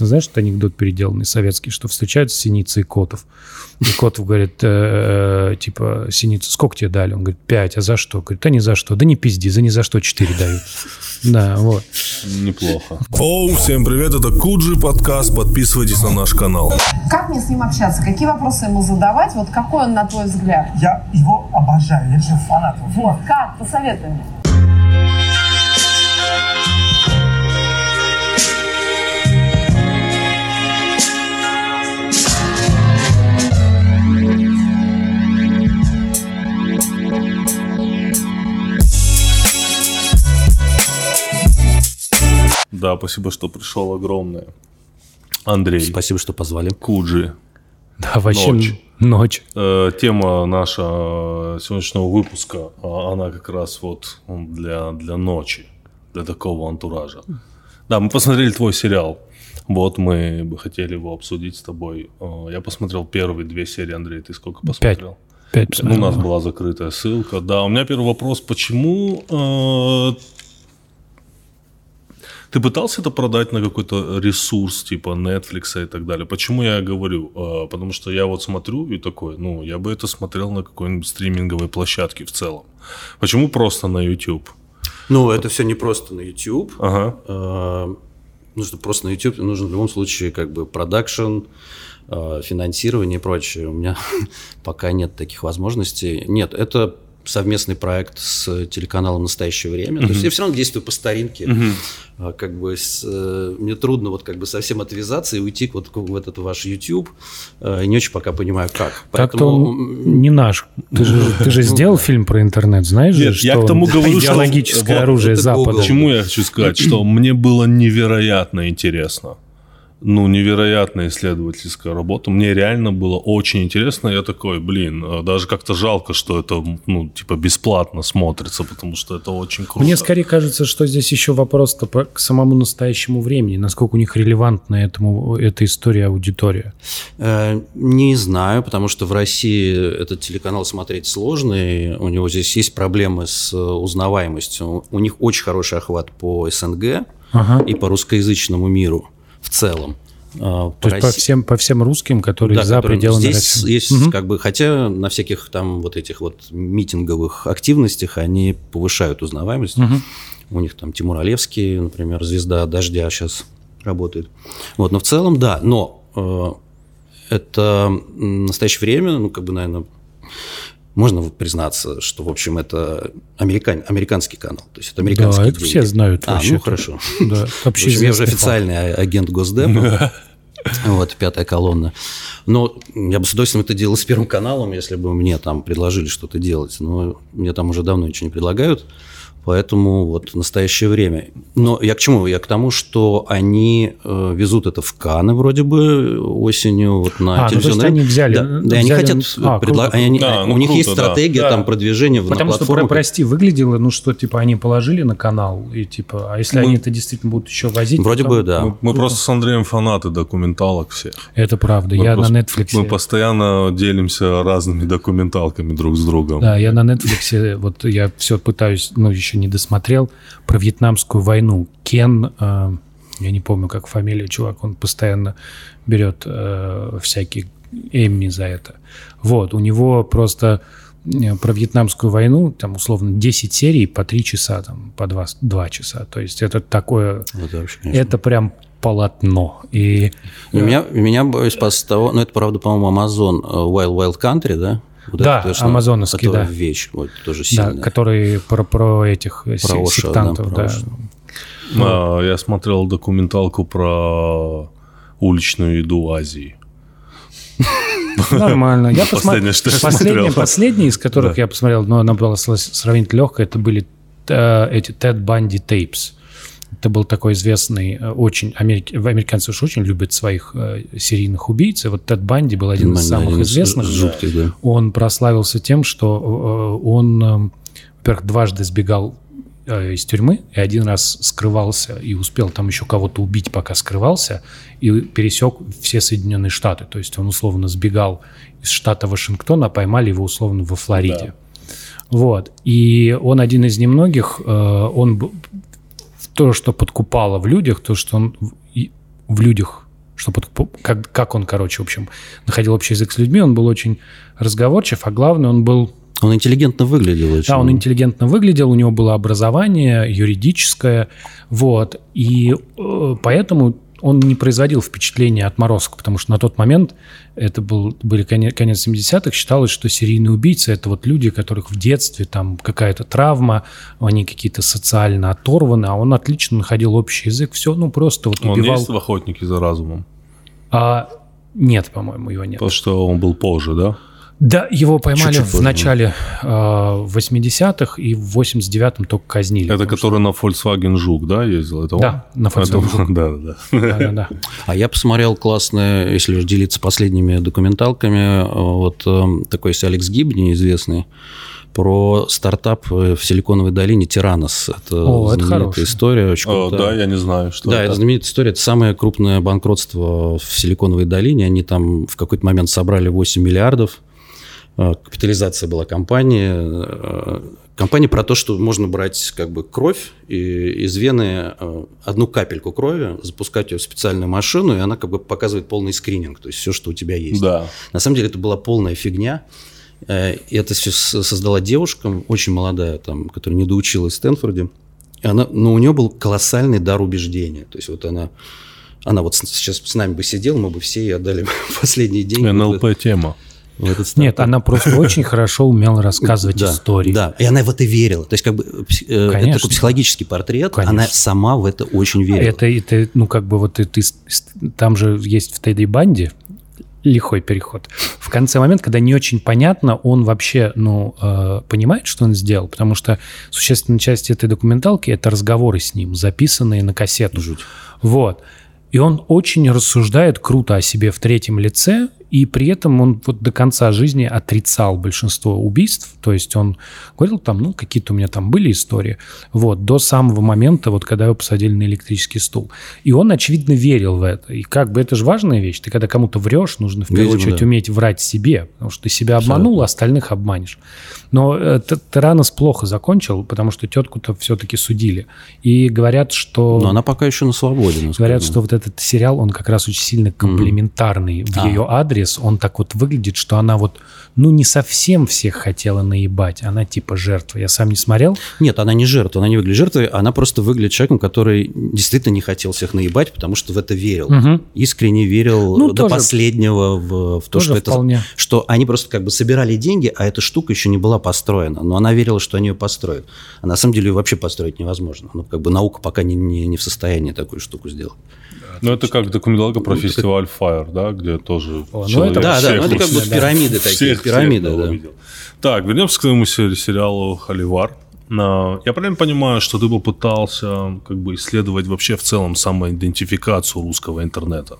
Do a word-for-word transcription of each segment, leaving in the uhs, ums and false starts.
знаешь, что анекдот переделанный советский, что встречаются Синица и Котов. И Котов говорит, э, типа, Синица, сколько тебе дали? Он говорит, пять, а за что? Говорит, да ни за что. Да не пизди, за ни за что четыре дают. Да, вот. Неплохо. Оу, всем привет, это Куджи подкаст, подписывайтесь на наш канал. Как мне с ним общаться? Какие вопросы ему задавать? Вот какой он, на твой взгляд? Я его обожаю, я же фанат. Вот, как? Посоветуй мне. Да, спасибо, что пришел, огромное. Андрей. Спасибо, что позвали. Куджи. Да, вообще ночь. ночь. Э, тема наша сегодняшнего выпуска, она как раз вот для, для ночи, для такого антуража. Да, мы посмотрели твой сериал. Вот мы бы хотели его обсудить с тобой. Я посмотрел первые две серии, Андрей, ты сколько посмотрел? Пять. Пять ну, у нас была закрытая ссылка. Да, у меня первый вопрос, почему... Э, Ты пытался это продать на какой-то ресурс, типа Netflix и так далее? Почему я говорю? Потому что я вот смотрю и такой, ну, я бы это смотрел на какой-нибудь стриминговой площадке в целом. Почему просто на YouTube? Ну, это все не просто на YouTube. Ага. Нужно просто на YouTube, нужен в любом случае как бы продакшн, финансирование и прочее. У меня пока нет таких возможностей. Нет, это... совместный проект с телеканалом «Настоящее время». Mm-hmm. То есть я все равно действую по старинке. Mm-hmm. Как бы с, мне трудно вот как бы совсем отвязаться и уйти вот в этот ваш YouTube. И не очень пока понимаю, как. Поэтому... не наш. Ты же, ты же сделал фильм про интернет, знаешь же, что я к тому говорю, идеологическое что оружие вот Запада. Почему я хочу сказать, что мне было невероятно интересно. Ну, невероятная исследовательская работа. Мне реально было очень интересно. Я такой, блин, даже как-то жалко, что это, ну, типа, бесплатно смотрится, потому что это очень круто. Мне скорее кажется, что здесь еще вопрос-то к самому настоящему времени. Насколько у них релевантна этому, эта история, аудитория? Не знаю, потому что в России этот телеканал смотреть сложный. У него здесь есть проблемы с узнаваемостью. У них очень хороший охват по СНГ ага. и по русскоязычному миру. В целом. То по есть России. по всем, по всем русским, которые да, за которые пределами здесь России. Есть, угу. как бы, хотя на всяких там вот этих вот митинговых активностях они повышают узнаваемость. Угу. У них там Тимур Олевский, например, звезда «Дождя» сейчас работает. Вот, но в целом, да. Но э, это в настоящее время, ну, как бы, наверное, можно признаться, что, в общем, это американ... американский канал. То есть это американские да, это деньги. все знают а, вообще. ну, хорошо. Да, вообще я уже официальный факт. агент Госдепа. Вот, пятая колонна. Но я бы с удовольствием это делал с Первым каналом, если бы мне там предложили что-то делать. Но мне там уже давно ничего не предлагают. Поэтому вот настоящее время. Но я к чему? Я к тому, что они э, везут это в Канны вроде бы осенью вот на а, телевизионном. Ну, то есть они взяли. Да, взяли... да они хотят. А, предла... они, да, ну, у них круто, есть стратегия да. там продвижения в Потому на что, про, прости, выглядело, ну что, типа, они положили на канал, и типа, а если мы... они это действительно будут еще возить? Вроде то, бы, да. Мы, мы просто с Андреем фанаты документалок всех. Это правда. Мы я просто, на Netflix. Мы постоянно делимся разными документалками друг с другом. Да, я на Netflix, вот я все пытаюсь, ну, еще не досмотрел. Про Вьетнамскую войну. Кен, э, я не помню, как фамилия, чувак, он постоянно берет э, всякие Эмми за это. Вот, у него просто э, про Вьетнамскую войну, там, условно, десять серий по три часа, там, по два часа. То есть это такое... Это, вообще, это прям полотно. И, у, меня, у меня спас того... Ну, это, правда, по-моему, Amazon Wild Wild Country, да? Вот да, это, амазоновский, да. вещь, вот, тоже сильная. Да, который про, про этих про сектантов, Оша, да. Про да. А, я смотрел документалку про уличную еду Азии. Нормально. Я последнее, что я последнее, последнее из которых я посмотрел, но она была сравнительно легкая, это были эти Тед Банди Tapes. Это был такой известный, очень, америк... американцы уж очень любят своих э, серийных убийц. И вот Тед Банди был один из самых один известных. Жутких, да. Он прославился тем, что э, он, э, во-первых, дважды сбегал э, из тюрьмы, и один раз скрывался и успел там еще кого-то убить, пока скрывался, и пересек все Соединенные Штаты. То есть он условно сбегал из штата Вашингтона, а поймали его условно во Флориде. Да. Вот. И он один из немногих, э, он... То, что подкупало в людях, то, что он в людях чтобы как, как он, короче, в общем, находил общий язык с людьми. Он был очень разговорчив, а главное, он был... Он интеллигентно выглядел. Очень. Да, он интеллигентно выглядел, у него было образование юридическое, вот, и э, поэтому он не производил впечатления отморозка, потому что на тот момент, это был, были конец, конец семидесятых, считалось, что серийные убийцы – это вот люди, которых в детстве там какая-то травма, они какие-то социально оторваны, а он отлично находил общий язык, все, ну, просто вот убивал. Он есть в «Охотнике за разумом»? А, нет, по-моему, его нет. Потому что он был позже, да? Да, его поймали Чуть-чуть в позже. начале э, восьмидесятых и в восемьдесят девятом только казнили. Это который на Volkswagen Жук, да, ездил? Это он? Да, на Volkswagen Жук. Да, да, Да, да, да. А я посмотрел классное, если уж делиться последними документалками, вот э, такой есть Алекс Гибни, известный, про стартап в Силиконовой долине Тиранос. Это О, это знаменитая хорошая. история. Очень О, крутая. да, я не знаю, что Да, это. это знаменитая история. Это самое крупное банкротство в Силиконовой долине. Они там в какой-то момент собрали восемь миллиардов. Капитализация была компании. Компания про то, что можно брать как бы кровь и из вены, одну капельку крови, запускать ее в специальную машину, и она как бы показывает полный скрининг, то есть все, что у тебя есть. Да. На самом деле это была полная фигня. И это все создала девушка, очень молодая, там, которая не доучилась в Стэнфорде. И она, но у нее был колоссальный дар убеждения. То есть вот она, она вот сейчас с нами бы сидела, мы бы все ей отдали последние деньги. эн эл пэ-тема. В этот стартап. Нет, она просто очень хорошо умела рассказывать Да, истории. Да, и она в это верила. То есть, как бы, э, это такой психологический портрет, Конечно. она сама в это очень верила. Это, это ну, как бы вот ты, ты, там же есть в Тедди Банди лихой переход. В конце момента, когда не очень понятно, он вообще, ну, э, понимает, что он сделал, потому что существенная часть этой документалки – это разговоры с ним, записанные на кассету. Жуть. Вот. И он очень рассуждает круто о себе в третьем лице, и при этом он вот до конца жизни отрицал большинство убийств, то есть он говорил там, ну, какие-то у меня там были истории, вот, до самого момента, вот, когда его посадили на электрический стул. И он, очевидно, верил в это. И как бы это же важная вещь. Ты когда кому-то врешь, нужно в первую Видимо, очередь да. уметь врать себе, потому что ты себя обманул, а остальных обманешь. Но э, Тиранос плохо закончил, потому что тетку-то все-таки судили. И говорят, что... Но она пока еще на свободе. Говорят, что вот этот сериал, он как раз очень сильно комплиментарный mm-hmm. в а. ее адрес. Он так вот выглядит, что она вот, ну, не совсем всех хотела наебать. Она типа жертва. Я сам не смотрел. Нет, она не жертва, она не выглядит жертвой, она просто выглядит человеком, который действительно не хотел всех наебать, потому что в это верил. Угу. Искренне верил Ну, до тоже- последнего в, в то, тоже что это... вполне. Что они просто как бы собирали деньги, а эта штука еще не была построена. Но она верила, что они ее построят. А на самом деле ее вообще построить невозможно. Ну, как бы наука пока не, не, не в состоянии такую штуку сделать. Ну, это как документалка про фестиваль Fire, да, где тоже О, ну человек это- Да, да, всех ну это как бы всех- пирамиды такие, всех- пирамиды, всех да. увидел. Так, вернемся к твоему сери- сериалу «Холивар». На- Я правильно понимаю, что ты попытался как бы исследовать вообще в целом самоидентификацию русского интернета?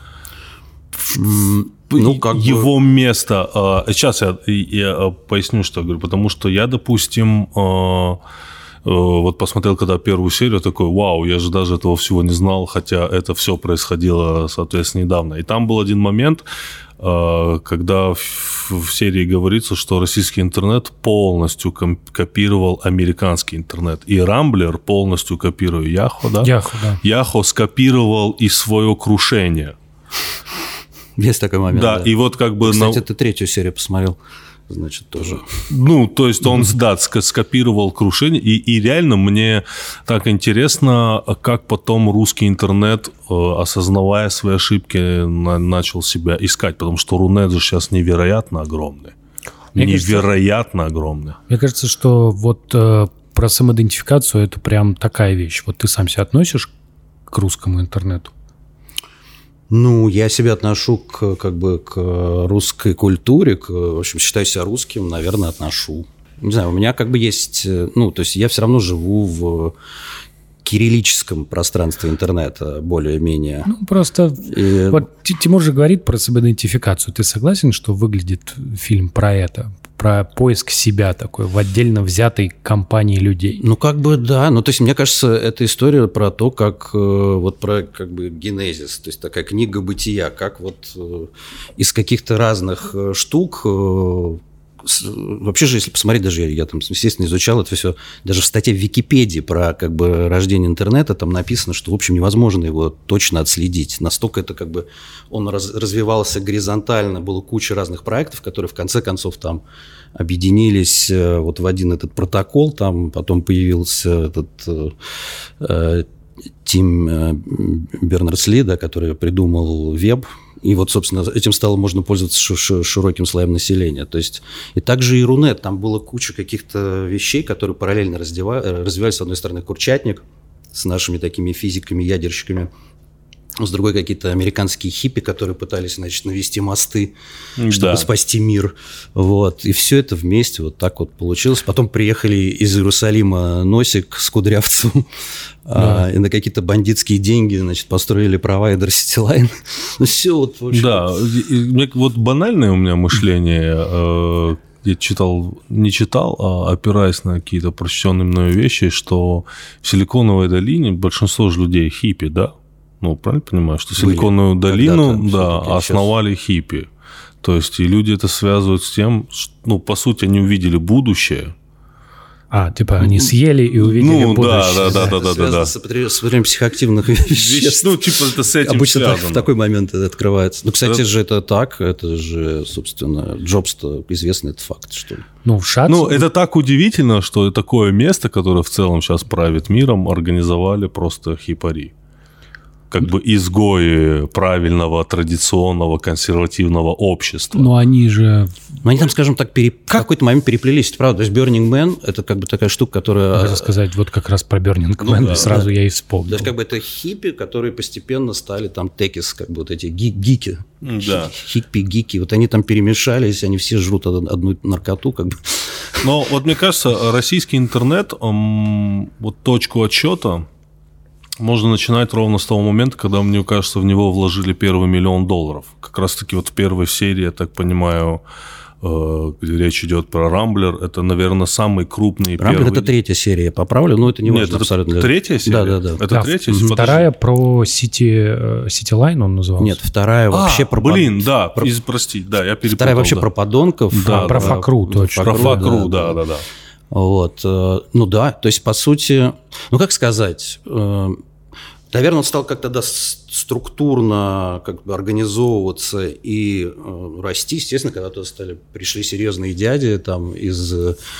Ну, как бы- Его место. а, Сейчас я, я поясню, что я говорю. Потому что я, допустим, а, а, вот посмотрел когда первую серию, такой, вау, я же даже этого всего не знал, хотя это все происходило, соответственно, недавно. И там был один момент, а, когда в, в серии говорится, что российский интернет полностью ком- копировал американский интернет. И Рамблер полностью копируя Яхо, да? Яху, да. Яхо скопировал и свое крушение. Есть такой момент. Да, и вот как бы... Кстати, на- ты третью серию посмотрел. Значит, тоже. Ну, то есть он, да, ска- скопировал крушение. И, и реально мне так интересно, как потом русский интернет, э, осознавая свои ошибки, на- начал себя искать. Потому что Рунет же сейчас невероятно огромный. Мне кажется- невероятно огромный. Мне кажется, что вот э, про самоидентификацию это прям такая вещь. Вот ты сам себя относишь к русскому интернету? Ну, я себя отношу к, как бы, к русской культуре, к, в общем, считаю себя русским, наверное, отношу. Не знаю, у меня как бы есть, ну, то есть я все равно живу в кириллическом пространстве интернета, более-менее. Ну, просто И- вот Ти- Тимур же говорит про самоидентификацию. Ты согласен, что выглядит фильм про это? Про поиск себя такой в отдельно взятой компании людей? Ну, как бы, да. Ну, то есть, мне кажется, это история про то, как, э, вот про, как бы, генезис, то есть, такая книга бытия, как вот э, из каких-то разных э, штук э, вообще же, если посмотреть, даже я, я там, естественно, изучал это все, даже в статье в Википедии про как бы рождение интернета там написано, что, в общем, невозможно его точно отследить. Настолько это как бы он раз, развивался горизонтально, было куча разных проектов, которые в конце концов там объединились вот в один этот протокол, там потом появился этот э, Тим э, Бернерс-Ли, да, который придумал веб. И вот, собственно, этим стало можно пользоваться широким слоем населения. То есть, и также и Рунет, там была куча каких-то вещей, которые параллельно развивались. С одной стороны, Курчатник с нашими такими физиками, ядерщиками. С другой, какие-то американские хиппи, которые пытались, значит, навести мосты, чтобы да. спасти мир. Вот. И все это вместе вот так вот получилось. Потом приехали из Иерусалима Носик с Кудрявцем, да. а, и на какие-то бандитские деньги, значит, построили провайдер Cityline. Ну, все вот, в общем... Да, и, вот банальное у меня мышление... Э- Я читал, не читал, а опираясь на какие-то прочтенные мною вещи, что в Силиконовой долине большинство же людей хиппи, да? Ну, правильно понимаю, что Силиконовую долину, да, основали сейчас. Хиппи. То есть, и люди это связывают с тем, что, ну, по сути, они увидели будущее. А, типа, они съели и увидели ну, будущее. Да, да, да, да, да, да. С употреблением психоактивных веществ. Ну, типа, это с этим обычно связано. в такой момент это открывается. Ну, кстати это... же, это так. Это же, собственно, Джобс-то известный этот факт, что ли. Ну, в Шац... Ну, это так удивительно, что такое место, которое в целом сейчас правит миром, организовали просто хипари. Как бы изгои правильного, традиционного, консервативного общества. Но они же... Ну, они там, скажем так, пере... в какой-то момент переплелись, правда. То есть Burning Man – это как бы такая штука, которая... Можно сказать, вот как раз про Burning Man, ну, да, сразу да. я и вспомнил. То есть как бы это хиппи, которые постепенно стали там текис, как бы вот эти гики. Да. Хиппи-гики. Вот они там перемешались, они все жрут одну наркоту, как бы. Но вот мне кажется, российский интернет, вот точку отсчета можно начинать ровно с того момента, когда, мне кажется, в него вложили первый миллион долларов. Как раз-таки вот в первой серии, я так понимаю, где речь идет про Рамблер, это, наверное, самый крупный Рамблер первый... это третья серия, я поправлю, но это не важно. Нет, это абсолютно. Третья серия? Да, да, да. Это да, третья? Вторая про City, Cityline он назывался? Нет, вторая а, вообще про... блин, да, про... из, прости, да, я перепутал. Вторая вообще да. про подонков. Да, а, про Факру, точно. Про Факру, да, да, да. Вот, ну да, то есть, по сути, ну как сказать... Наверное, он стал как-то да, структурно как бы организовываться и э, расти. Естественно, когда туда стали, пришли серьезные дяди там, из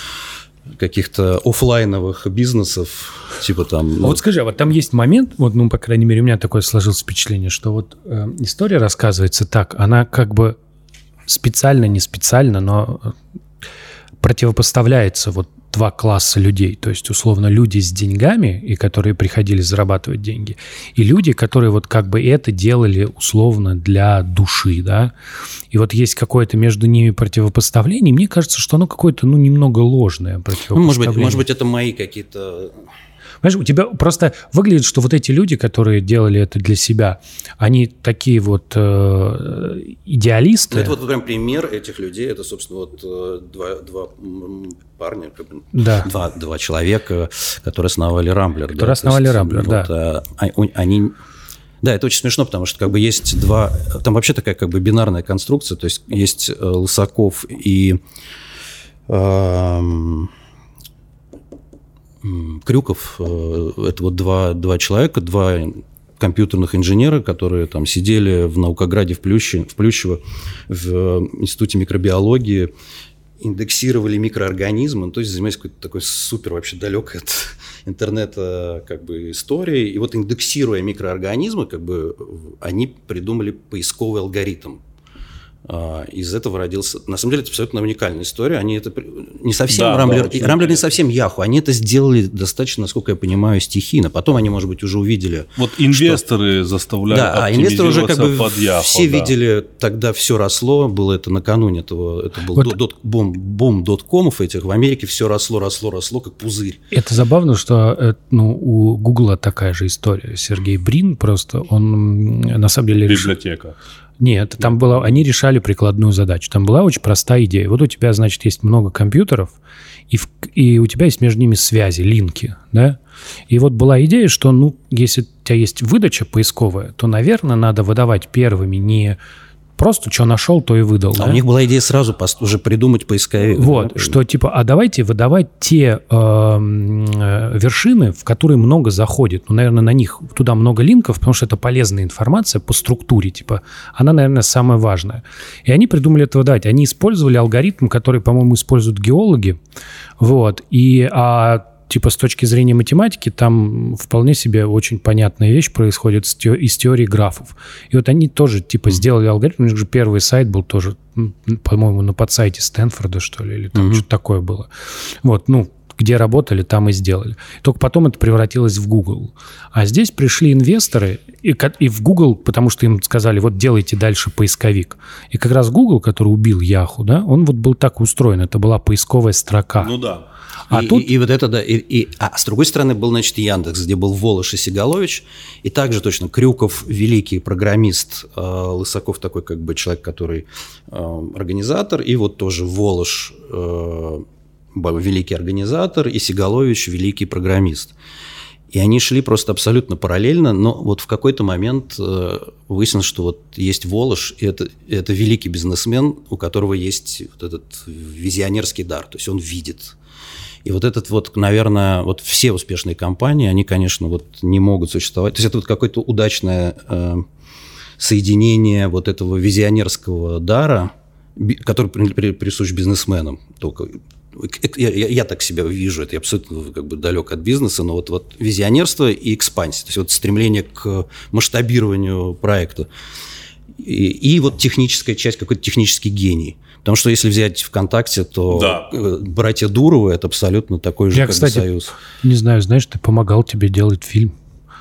каких-то офлайновых бизнесов, типа там... Ну... Вот скажи, а вот там есть момент, вот, ну, по крайней мере, у меня такое сложилось впечатление, что вот э, история рассказывается так, она как бы специально, не специально, но противопоставляется вот два класса людей, то есть, условно, люди с деньгами, и которые приходили зарабатывать деньги, и люди, которые вот как бы это делали, условно, для души, да, и вот есть какое-то между ними противопоставление, мне кажется, что оно какое-то, ну, немного ложное противопоставление. Ну, может быть, может быть, это мои какие-то... Понимаешь, у тебя просто выглядит, что вот эти люди, которые делали это для себя, они такие вот э, идеалисты. Ну, это вот прям пример этих людей. Это, собственно, вот два, два парня, как бы, да. два, два человека, которые основали Рамблер. Которые да, основали есть, Рамблер, вот, да. Они... Да, это очень смешно, потому что как бы есть два... Там вообще такая как бы бинарная конструкция. То есть есть Лысаков и... Э, Крюков, это вот два, два человека, два компьютерных инженера, которые там сидели в Наукограде в, Плющи, в Плющево, в Институте микробиологии, индексировали микроорганизмы, ну, то есть занимались какой-то такой супер вообще далекой от интернета как бы историей. И вот индексируя микроорганизмы, как бы они придумали поисковый алгоритм. Из этого родился... На самом деле, это абсолютно уникальная история. Они это... Не совсем да, Рамблер... Да, Рамблер не совсем Яху. Они это сделали достаточно, насколько я понимаю, стихийно. Потом они, может быть, уже увидели... Вот инвесторы что... заставляют да, а инвесторы уже как бы под Яху. Все да. видели, тогда все росло. Было это накануне этого... Это был вот... дот, бум, бум доткомов этих. В Америке все росло, росло, росло, как пузырь. Это забавно, что ну, у Гугла такая же история. Сергей Брин просто, он на самом деле... Библиотека. Нет, там было, они решали прикладную задачу. Там была очень простая идея. Вот у тебя, значит, есть много компьютеров, и, в, и у тебя есть между ними связи, линки, да? И вот была идея, что, ну, если у тебя есть выдача поисковая, то, наверное, надо выдавать первыми не просто что нашел, то и выдал. А да? у них была идея сразу пост- уже придумать поисковик. Вот, да? что типа, а давайте выдавать те э, э, вершины, в которые много заходит. Ну, наверное, на них туда много линков, потому что это полезная информация по структуре, типа, она, наверное, самая важная. И они придумали это выдавать. Они использовали алгоритм, который, по-моему, используют геологи, вот, и, а типа с точки зрения математики там вполне себе очень понятная вещь происходит из теории графов. И вот они тоже типа сделали алгоритм, у них же первый сайт был тоже, по-моему, на подсайте Стэнфорда, что ли, или там mm-hmm. что-то такое было. Вот, ну, где работали, там и сделали. Только потом это превратилось в Google. А здесь пришли инвесторы, и, и в Google, потому что им сказали, вот делайте дальше поисковик. И как раз Google, который убил Yahoo, да, он вот был так устроен, это была поисковая строка. Ну да. А и, тут... и, и вот это, да. И, и, а с другой стороны был, значит, Яндекс, где был Волош и Сигалович. И также точно Крюков, великий программист, э, Лысаков такой как бы человек, который э, организатор. И вот тоже Волош, э, великий организатор, и Сигалович, великий программист. И они шли просто абсолютно параллельно, но вот в какой-то момент э, выяснилось, что вот есть Волош, и это, это великий бизнесмен, у которого есть вот этот визионерский дар, то есть он видит. И вот этот вот, наверное, вот все успешные компании, они, конечно, вот не могут существовать. То есть это вот какое-то удачное э, соединение вот этого визионерского дара, би, который при, при, присущ бизнесменам. Только я, я, я так себя вижу, это я абсолютно как бы далек от бизнеса, но вот, вот визионерство и экспансия, то есть вот стремление к масштабированию проекта. И, и вот техническая часть, какой-то технический гений. Потому что если взять ВКонтакте, то да. братья Дуровы – это абсолютно такой же, я, как кстати, Союз. Не знаю, знаешь, ты помогал тебе делать фильм.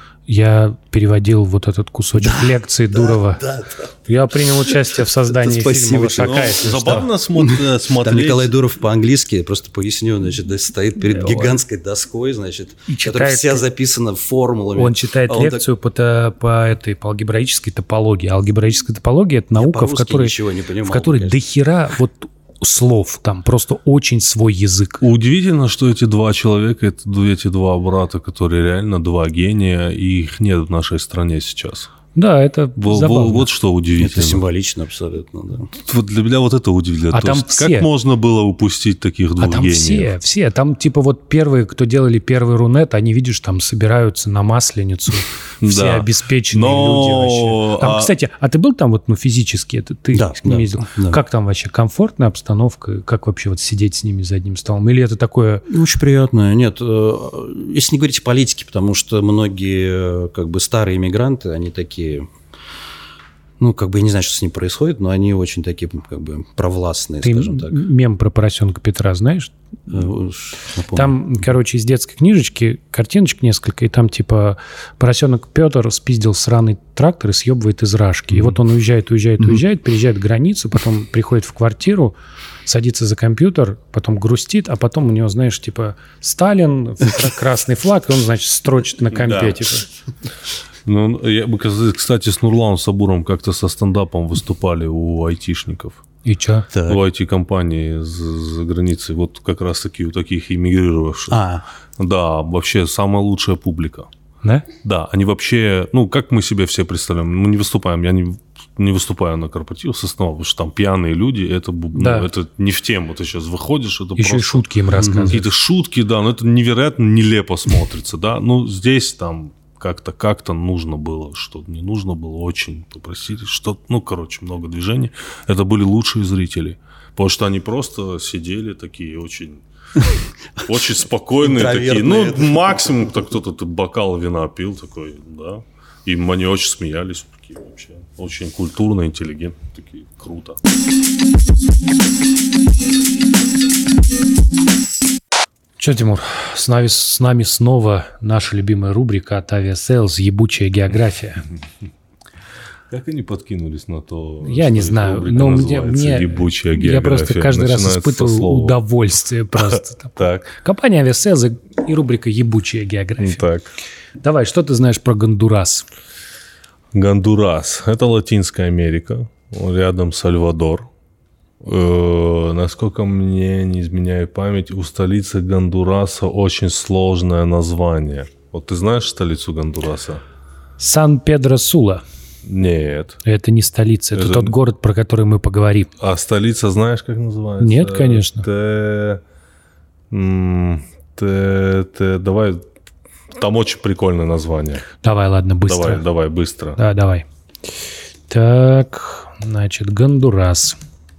Я переводил вот этот кусочек да, лекции да, Дурова. Да, да. Я принял участие в создании фильма «Лошака». Забавно смотреть. Там Николай Дуров по-английски, просто поясню, значит, стоит перед гигантской доской, значит, которая вся записана формулами. Он читает а лекцию он так... по, по этой по алгебраической топологии. Алгебраическая топология – это наука, в которой, понимал, в которой дохера вот слов, там просто очень свой язык. Удивительно, что эти два человека, это эти два брата, которые реально два гения, и их нет в нашей стране сейчас. Да, это вот, забавно. Вот что удивительно. Это символично абсолютно, да. Вот для меня вот это удивительно. А То там есть, все... Как можно было упустить таких двух а там гениев? все, все. Там типа вот первые, кто делали первый Рунет, они, видишь, там собираются на Масленицу. Все да. обеспеченные Но... люди вообще. Там, а... Кстати, а ты был там вот, ну, физически? Это ты да, с ними да, ездил? Да. Как там вообще? Комфортная обстановка? Как вообще вот сидеть с ними за одним столом? Или это такое... Очень приятно. Нет, если не говорить о политике, потому что многие как бы старые иммигранты, они такие... Ну, как бы я не знаю, что с ним происходит, но они очень такие, как бы, провластные, Ты скажем так. Мем про поросенка Петра знаешь? Напомню. Там, короче, из детской книжечки картиночек несколько, и там, типа, поросенок Петр спиздил сраный трактор и съебывает из рашки. Mm-hmm. И вот он уезжает, уезжает, mm-hmm. уезжает, переезжает границу, потом приходит в квартиру, садится за компьютер, потом грустит, а потом у него, знаешь, типа, Сталин, красный флаг, и он, значит, строчит на компе, типа. Ну, я бы, кстати, с Нурланом Сабуром как-то со стендапом выступали у айтишников. И что? У ай ти-компании за границей. Вот как раз-таки у таких иммигрировавших. А. Да, вообще самая лучшая публика. Да? Да, они вообще... Ну, как мы себе все представляем? Мы не выступаем, я не, не выступаю на корпоративах с основы, потому что там пьяные люди, это, да. ну, это не в тему. Ты сейчас выходишь, это еще просто... и шутки им рассказывают. Какие-то шутки, да, но это невероятно нелепо смотрится, да. Ну, здесь там... Как-то, как-то нужно было, что-то не нужно было, очень попросили, что ну, короче, много движений. Это были лучшие зрители, потому что они просто сидели такие очень, очень спокойные, такие, ну, максимум кто-то бокал вина пил такой, да, и они очень смеялись, такие вообще, очень культурно, интеллигентно, такие, круто. Че, Тимур, с нами, с нами снова наша любимая рубрика от Aviasales «Ебучая география». Как они подкинулись на то, я не знаю, но мне, мне «Ебучая география»? Я просто каждый раз испытываю удовольствие просто. Так. Компания Aviasales и рубрика «Ебучая география». Так. Давай, что ты знаешь про Гондурас? Гондурас – это Латинская Америка, рядом Сальвадор. Э, насколько мне не изменяет память, у столицы Гондураса очень сложное название. Вот ты знаешь столицу Гондураса? Сан-Педро-Сула. Нет. Это не столица, это, это тот город, про который мы поговорим. А столица знаешь, как называется? Нет, конечно. Т... Т... Т... Давай... Там очень прикольное название. Давай, ладно, быстро. Давай, давай, быстро. Да, давай. Так, значит, Гондурас.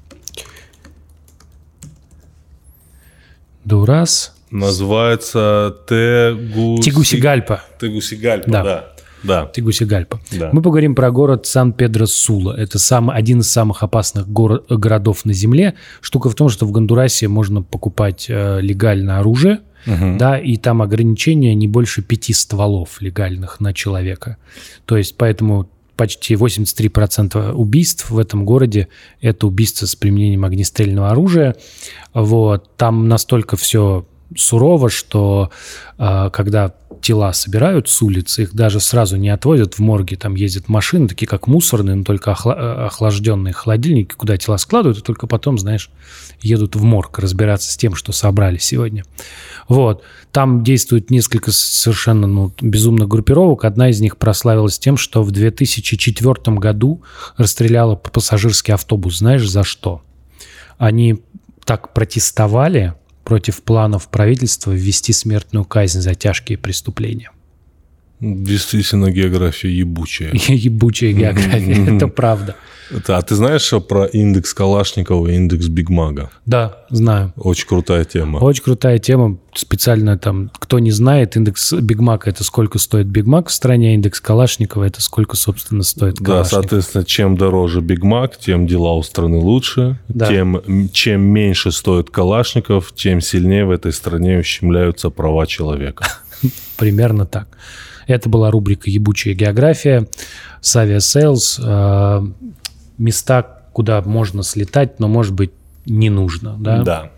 Дурас. Называется Тегуси... Тегусигальпа. Тегусигальпа, да. да. Да. Тегусигальпа. Да. Мы поговорим про город Сан-Педро-Сула. Это самый, один из самых опасных гор- городов на Земле. Штука в том, что в Гондурасе можно покупать э, легально оружие, угу. да, и там ограничения не больше пяти стволов легальных на человека. То есть поэтому почти восемьдесят три процента убийств в этом городе – это убийства с применением огнестрельного оружия. Вот. Там настолько все сурово, что э, когда тела собирают с улицы, их даже сразу не отвозят в морги, там ездят машины, такие как мусорные, но только охла- охлажденные холодильники, куда тела складывают, и только потом, знаешь, едут в морг разбираться с тем, что собрали сегодня. Вот. Там действует несколько совершенно ну, безумных группировок. Одна из них прославилась тем, что в две тысячи четвёртом году расстреляла пассажирский автобус. Знаешь, за что? Они так протестовали против планов правительства ввести смертную казнь за тяжкие преступления. Действительно, география ебучая. Ебучая география, это правда. Это, а ты знаешь про индекс Калашникова и индекс Бигмага? Да, знаю. Очень крутая тема. Очень крутая тема. Специально там, кто не знает, индекс Бигмака – это сколько стоит Бигмак в стране, индекс Калашникова – это сколько, собственно, стоит Калашников. Да, соответственно, чем дороже Бигмак, тем дела у страны лучше. Да. Тем, чем меньше стоит Калашников, тем сильнее в этой стране ущемляются права человека. Примерно так. Это была рубрика «Ебучая география» с Aviasales. Места, куда можно слетать, но, может быть, не нужно. Да. Да.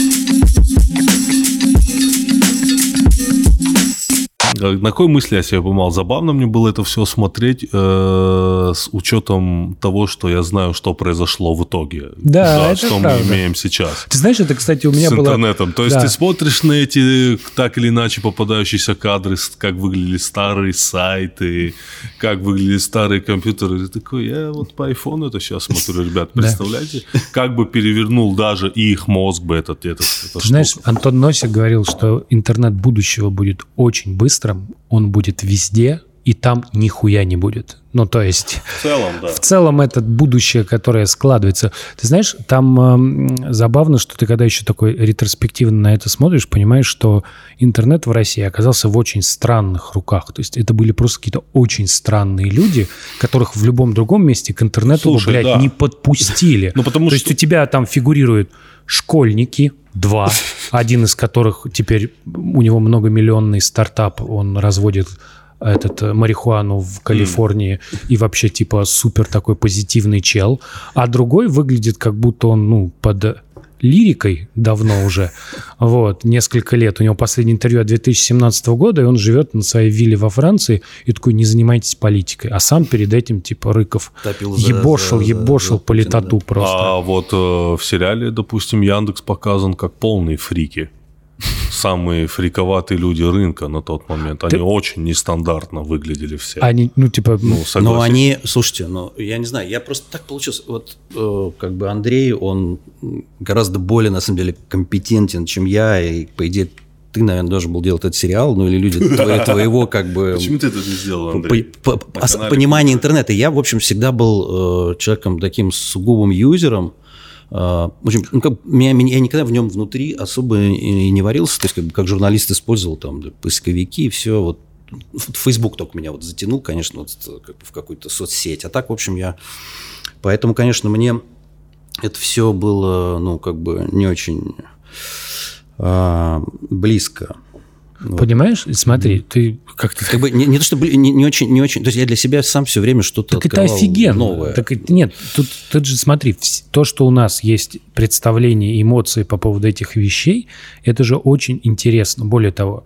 На какой мысли я себе поймал? Забавно мне было это все смотреть э, с учетом того, что я знаю, что произошло в итоге. Да, да это что правда. Мы имеем сейчас. Ты знаешь, это, кстати, у меня с было... С интернетом. То есть да. ты смотришь на эти так или иначе попадающиеся кадры, как выглядели старые сайты, как выглядели старые компьютеры. И ты такой, я вот по айфону это сейчас смотрю, ребят, представляете? Да. Как бы перевернул даже их мозг бы этот... этот, этот Знаешь, Антон Носик говорил, что интернет будущего будет очень быстрым, он будет везде, и там нихуя не будет. Ну, то есть... В целом, да. В целом, это будущее, которое складывается. Ты знаешь, там э, забавно, что ты когда еще такой ретроспективно на это смотришь, понимаешь, что интернет в России оказался в очень странных руках. То есть это были просто какие-то очень странные люди, которых в любом другом месте к интернету, Слушай, блядь, да. не подпустили. Ну, потому То что... есть у тебя там фигурируют школьники, два, один из которых теперь, у него многомиллионный стартап, он разводит этот, марихуану в Калифорнии mm. и вообще типа супер такой позитивный чел, а другой выглядит как будто он, ну, под лирикой давно уже, вот, несколько лет. У него последнее интервью от две тысячи семнадцатого года, и он живет на своей вилле во Франции, и такой, не занимайтесь политикой. А сам перед этим, типа, Рыков Топил ебошил, за, ебошил за, по летоту да. просто. А вот э, в сериале, допустим, Яндекс показан как полные фрики. Самые фриковатые люди рынка на тот момент. Они Ты... очень нестандартно выглядели все. Они, ну, типа... Ну, ну они, слушайте, ну, я не знаю, я просто так получилось. Вот, э, как бы Андрей, он гораздо более, на самом деле, компетентен, чем я, и, по идее, ты, наверное, должен был делать этот сериал, ну, или люди твоего, как бы... Почему ты это не сделал, Андрей? Понимание интернета. Я, в общем, всегда был человеком таким сугубым юзером. В общем, ну, как, меня, я никогда в нем внутри особо и не варился, то есть как, как журналист использовал там да, поисковики и все. Вот. Facebook только меня вот затянул, конечно, вот, как бы в какую-то соцсеть. А так, в общем, я... Поэтому, конечно, мне это все было, ну, как бы не очень а, близко. Понимаешь? Смотри, ты как-то... Как бы не, не то, что не, не, очень, не очень... То есть я для себя сам все время что-то так открывал это офигенно. Новое. Так, нет, тут, тут же смотри, то, что у нас есть представление, эмоции по поводу этих вещей, это же очень интересно. Более того,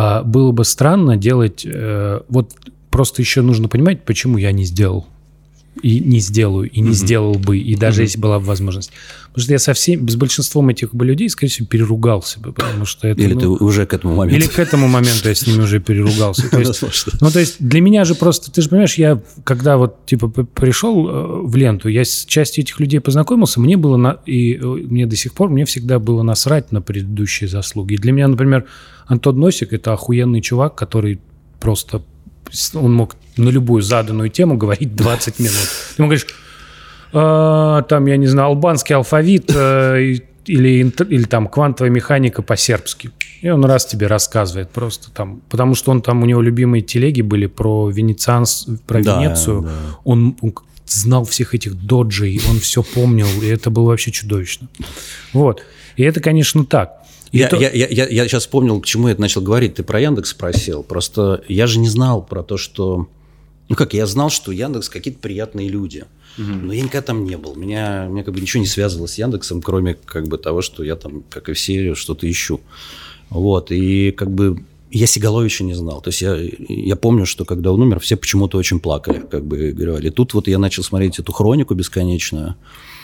было бы странно делать... Вот просто еще нужно понимать, почему я не сделал и не сделаю, и не mm-hmm. сделал бы, и даже mm-hmm. если была бы возможность. Потому что я со всеми, с большинством этих бы людей, скорее всего, переругался бы, потому что это... Или ну, ты уже к этому моменту. Или к этому моменту я с ними уже переругался. То есть, ну, то есть для меня же просто, ты же понимаешь, я когда вот, типа, пришел в ленту, я с частью этих людей познакомился, мне было, на, и мне до сих пор, мне всегда было насрать на предыдущие заслуги. И для меня, например, Антон Носик – это охуенный чувак, который просто... Он мог на любую заданную тему говорить двадцать минут. Ты ему говоришь, э, там, я не знаю, албанский алфавит э, или, или там квантовая механика по-сербски. И он раз тебе рассказывает просто там. Потому что он там, у него любимые телеги были про венецианс, про да, Венецию. Да. Он, он знал всех этих доджей, он все помнил, и это было вообще чудовищно. Вот. И это, конечно, так. Я, то... я, я, я, я сейчас вспомнил, к чему я это начал говорить. Ты про Яндекс спросил. Просто я же не знал про то, что... Ну как, я знал, что Яндекс какие-то приятные люди. Угу. Но я никогда там не был. Меня, меня как бы ничего не связывало с Яндексом, кроме как бы того, что я там, как и все, что-то ищу. Вот. И как бы я Сигаловича не знал. То есть я, я помню, что когда он умер, все почему-то очень плакали. Как бы говорили. Тут вот я начал смотреть эту хронику бесконечную,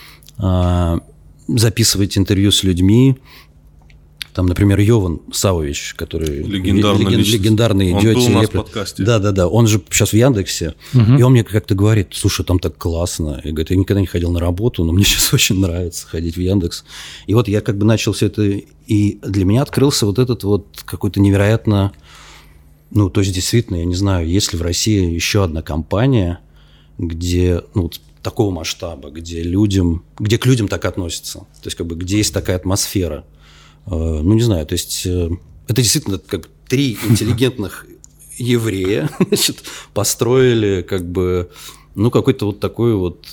записывать интервью с людьми. Там, например, Йован Савович, который легендарный, леген, легендарный он идиотель. был у нас в подкасте. Да, да, да. Он же сейчас в Яндексе. Угу. И он мне как-то говорит, слушай, там так классно. И говорит, я никогда не ходил на работу, но мне сейчас очень нравится ходить в Яндекс. И вот я как бы начал все это... И для меня открылся вот этот вот какой-то невероятно... Ну, то есть, действительно, я не знаю, есть ли в России еще одна компания, где... Ну, вот такого масштаба, где людям... Где к людям так относятся. То есть, как бы, где есть такая атмосфера. Ну, не знаю, то есть это действительно как три интеллигентных еврея, значит, построили как бы, ну, какой-то вот такой вот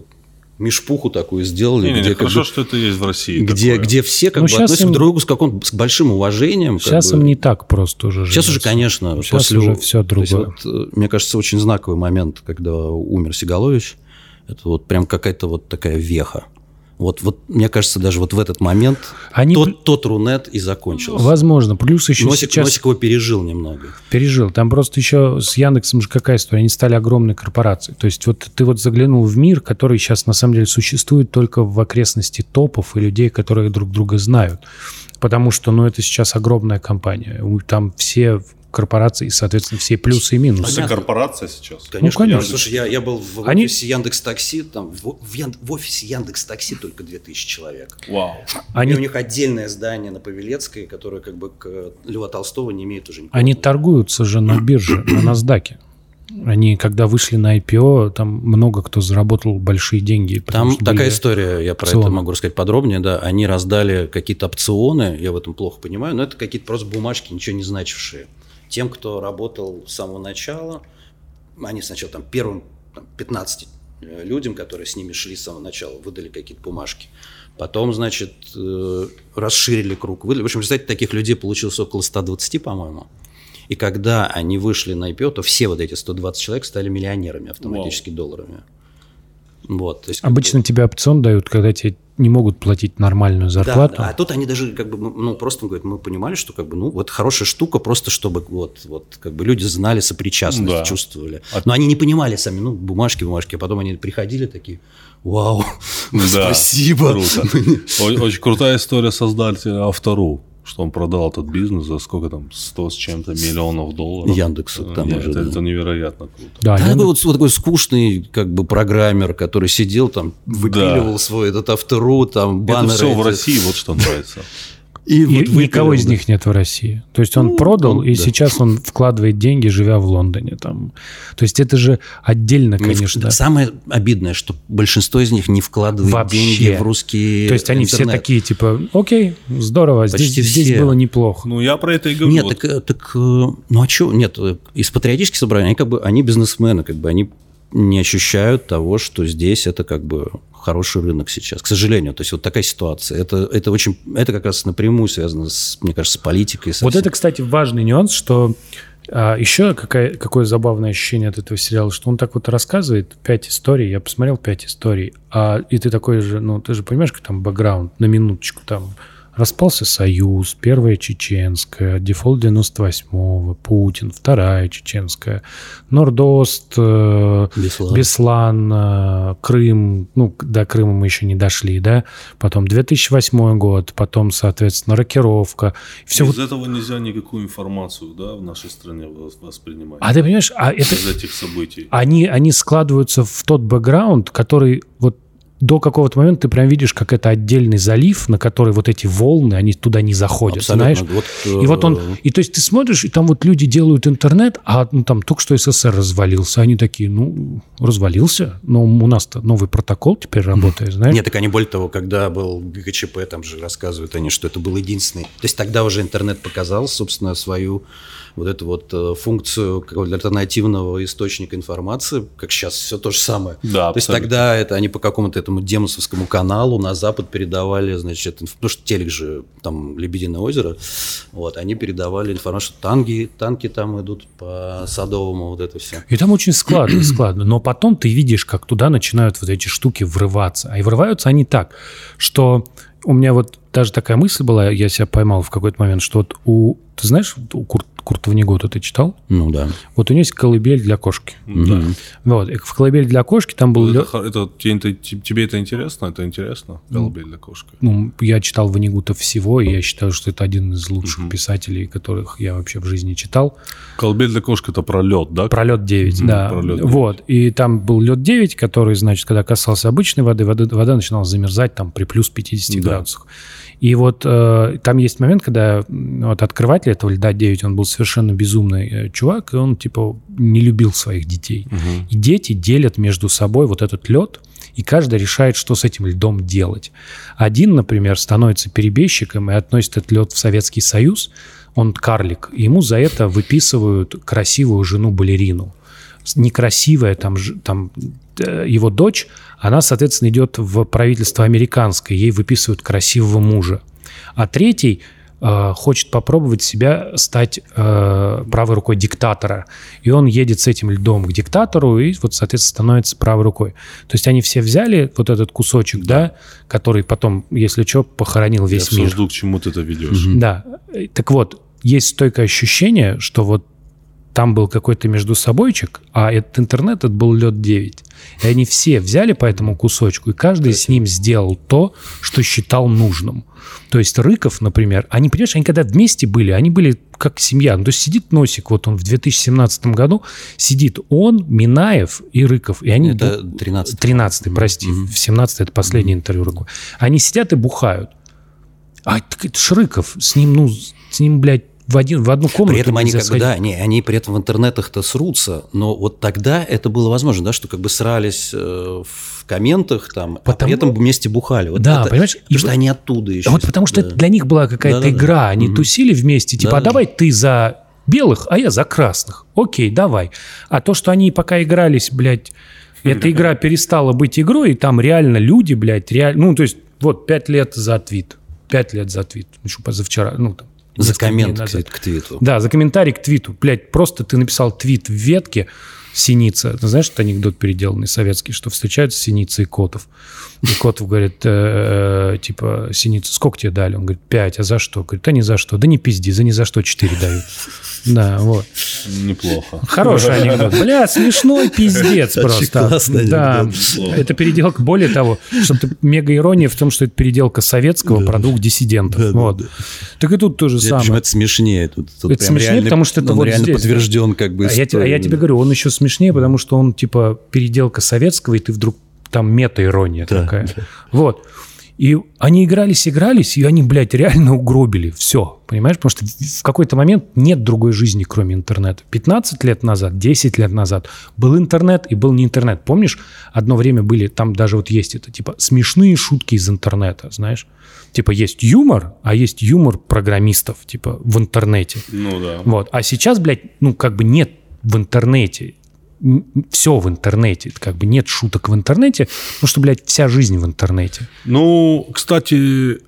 мишпуху такую сделали. Не, где, не, хорошо, бы, что это есть в России. Где, где все как ну, бы относятся им... друг к другу с, каким, с большим уважением. Сейчас им бы. Не так просто уже. Сейчас уже, конечно. Сейчас после, уже все другое. Вот, мне кажется, очень знаковый момент, когда умер Сигалович. Это вот прям какая-то вот такая веха. Вот, вот, мне кажется, даже вот в этот момент Они... тот, тот Рунет и закончился. Возможно. Плюс еще Носик, сейчас... Носик его пережил немного. Пережил. Там просто еще с Яндексом же какая история? Они стали огромной корпорацией. То есть вот ты вот заглянул в мир, который сейчас на самом деле существует только в окрестности топов и людей, которые друг друга знают. Потому что, ну, это сейчас огромная компания. Там все... корпорации, соответственно, все плюсы и минусы. Это корпорация сейчас? Конечно. Ну, конечно. Слушай, я, я был в Они... офисе Яндекс.Такси, там в, в, Ян... в офисе Яндекс.Такси только две тысячи человек. Вау. Они... И у них отдельное здание на Павелецкой, которое как бы к Льва Толстого не имеет уже никакого. Они торгуются же на бирже, на NASDAQ. Они, когда вышли на ай пи о, там много кто заработал большие деньги. Там такая история, я про опционы. Это могу рассказать подробнее. Да. Они раздали какие-то опционы, я в этом плохо понимаю, но это какие-то просто бумажки, ничего не значившие. Тем, кто работал с самого начала, они сначала там первым там, пятнадцати людям, которые с ними шли с самого начала, выдали какие-то бумажки. Потом, значит, расширили круг. В общем, в результате таких людей получилось около ста двадцати, по-моему. И когда они вышли на ай пи о, то все вот эти сто двадцать человек стали миллионерами автоматически Вау. Долларами. Вот, то есть, обычно тебе опцион дают, когда тебе не могут платить нормальную зарплату. Да, да. А тут они даже как бы, ну, просто говорят, мы понимали, что как бы, ну, вот хорошая штука, просто чтобы вот, вот как бы люди знали сопричастность, да. чувствовали. Но они не понимали сами, ну, бумажки, бумажки, а потом они приходили такие, вау, да, спасибо. Круто. Очень крутая история создателя Автору. Что он продал этот бизнес за сколько там, сто с чем-то миллионов долларов. Яндексу там Нет, уже. Это, да. это невероятно круто. Да, да, такой вот, вот такой скучный как бы программер, который сидел там, выпиливал да. свой этот Автору, там баннеры. Это все эти. В России, вот что нравится. И, и вот никого из них нет в России. То есть он ну, продал, он, и да. сейчас он вкладывает деньги, живя в Лондоне. Там. То есть это же отдельно, конечно. Ну, самое обидное, что большинство из них не вкладывает вообще деньги в русские. То есть они интернет. Все такие, типа, окей, здорово, здесь, здесь было неплохо. Ну, я про это и говорю. Нет, вот. так, так, ну а что? Нет, из патриотических собраний, они как бы, они бизнесмены, как бы, они не ощущают того, что здесь это как бы хороший рынок сейчас, к сожалению. То есть вот такая ситуация. Это, это, очень, это как раз напрямую связано, с, мне кажется, с политикой. Вот это, кстати, важный нюанс, что а, еще какая, какое забавное ощущение от этого сериала, что он так вот рассказывает пять историй, я посмотрел пять историй, а, и ты такой же, ну, ты же понимаешь, как там бэкграунд, на минуточку там Распался Союз, Первая Чеченская, Дефолт девяносто восьмого, Путин, Вторая Чеченская, Норд-Ост, э, Беслан, Беслан э, Крым, ну, до Крыма мы еще не дошли, да, потом две тысячи восьмой год, потом, соответственно, рокировка. Все Из вот... этого нельзя никакую информацию, да, в нашей стране воспринимать. А ты понимаешь, а это... Из этих событий. Они, они складываются в тот бэкграунд, который вот до какого-то момента ты прям видишь, как это отдельный залив, на который вот эти волны, они туда не заходят, абсолютно. знаешь? Вот, и вот он, и то есть ты смотришь, и там вот люди делают интернет, а ну, там только что СССР развалился, они такие, ну, развалился, но у нас-то новый протокол теперь работает, знаешь? Нет, так они, более того, когда был ГКЧП, там же рассказывают они, что это был единственный. То есть тогда уже интернет показал, собственно, свою вот эту вот э, функцию какого-то альтернативного источника информации, как сейчас все то же самое. Да, то есть тогда это они по какому-то этому демосовскому каналу на Запад передавали, значит, инф... потому что телек же, там, Лебединое озеро, вот, они передавали информацию, что танки, танки там идут по Садовому, вот это все. И там очень складно, складно. Но потом ты видишь, как туда начинают вот эти штуки врываться. А и врываются они так, что у меня вот даже такая мысль была, я себя поймал в какой-то момент, что вот у... Ты знаешь, у Курт, Курта Воннегута ты читал? Ну да. Вот у него есть колыбель для кошки. Да. Вот. И в колыбель для кошки там был... Это, это, тебе, тебе это интересно? Это интересно? Колыбель для кошки? Ну, я читал Воннегута всего, и я считаю, что это один из лучших угу. писателей, которых я вообще в жизни читал. Колыбель для кошки – это про лед, да? Про лед девять, угу. да. Про лед девять. Вот. И там был лед девять, который, значит, когда касался обычной воды, вода, вода начинала замерзать там при плюс пятидесяти да. градусах. И вот э, там есть момент, когда вот открыватель этого льда девять, он был совершенно безумный э, чувак, и он типа не любил своих детей. Угу. И дети делят между собой вот этот лед, и каждый решает, что с этим льдом делать. Один, например, становится перебежчиком и относит этот лед в Советский Союз, он карлик, и ему за это выписывают красивую жену-балерину. Некрасивая там, там его дочь, она, соответственно, идет в правительство американское, ей выписывают красивого мужа. А третий э, хочет попробовать себя стать э, правой рукой диктатора. И он едет с этим льдом к диктатору и, вот, соответственно, становится правой рукой. То есть они все взяли вот этот кусочек, да, да который потом, если что, похоронил весь Я мир. Я жду, к чему ты это ведешь. Mm-hmm. Да. Так вот, есть стойкое ощущение, что вот там был какой-то междусобойчик, а этот интернет, это был лед девять. И они все взяли по этому кусочку, и каждый с ним сделал то, что считал нужным. То есть Рыков, например, они, понимаешь, они когда вместе были, они были как семья. Ну, то есть сидит Носик, вот он в две тысячи семнадцатом году, сидит он, Минаев и Рыков. И они это тринадцатый. тринадцатый, прости. Mm-hmm. В семнадцатом это последнее mm-hmm. интервью Рыкова. Они сидят и бухают. А это ж Рыков, с ним, ну, с ним, блядь, в, один, в одну комнату. При этом они, как бы, сходить. да, не, они при этом в интернетах-то срутся, но вот тогда это было возможно, да, что как бы срались э, в комментах, там, потому... а при этом вместе бухали. Вот да, это, понимаешь? Потому и что вот, они оттуда еще. Вот потому что да. это для них была какая-то да, игра, да. они угу. тусили вместе, типа, да, а давай да. ты за белых, а я за красных. Окей, давай. А то, что они пока игрались, блядь, эта игра перестала быть игрой, и там реально люди, блядь, реально, ну, то есть, вот, пять лет за твит, пять лет за твит, еще позавчера, ну, там, за коммент к, к твиту. Да, за комментарий к твиту. Блядь, просто ты написал твит в ветке Синица. Ты знаешь, это анекдот переделанный советский, что встречаются Синица и Котов. И Котов говорит, э, типа, Синица, сколько тебе дали? Он говорит, пять. А за что? Говорит, да ни за что. Да не пизди, за ни за что четыре дают. Да, вот. Неплохо. Хороший анекдот. Бля, смешной пиздец просто. Классный да, анекдот. Это переделка. Более того, что мега-ирония в том, что это переделка советского да, про двух диссидентов. Да, вот. Да, да. Так и тут то же самое. Это смешнее. Тут, тут это смешнее, реально, потому что это вот реально здесь. Подтвержден как бы. А я, а я тебе говорю, он еще смешнее, потому что он типа переделка советского, и ты вдруг там мета-ирония да, такая. Да. Вот. И они игрались, игрались, и они, блядь, реально угробили все, понимаешь? Потому что в какой-то момент нет другой жизни, кроме интернета. пятнадцать лет назад, десять лет назад был интернет и был не интернет. Помнишь, одно время были, там даже вот есть это, типа, смешные шутки из интернета, знаешь? Типа, есть юмор, а есть юмор программистов, типа, в интернете. Ну да. Вот. А сейчас, блядь, ну, как бы нет в интернете. Все в интернете, как бы нет шуток в интернете, потому что, блядь, вся жизнь в интернете. Ну, кстати,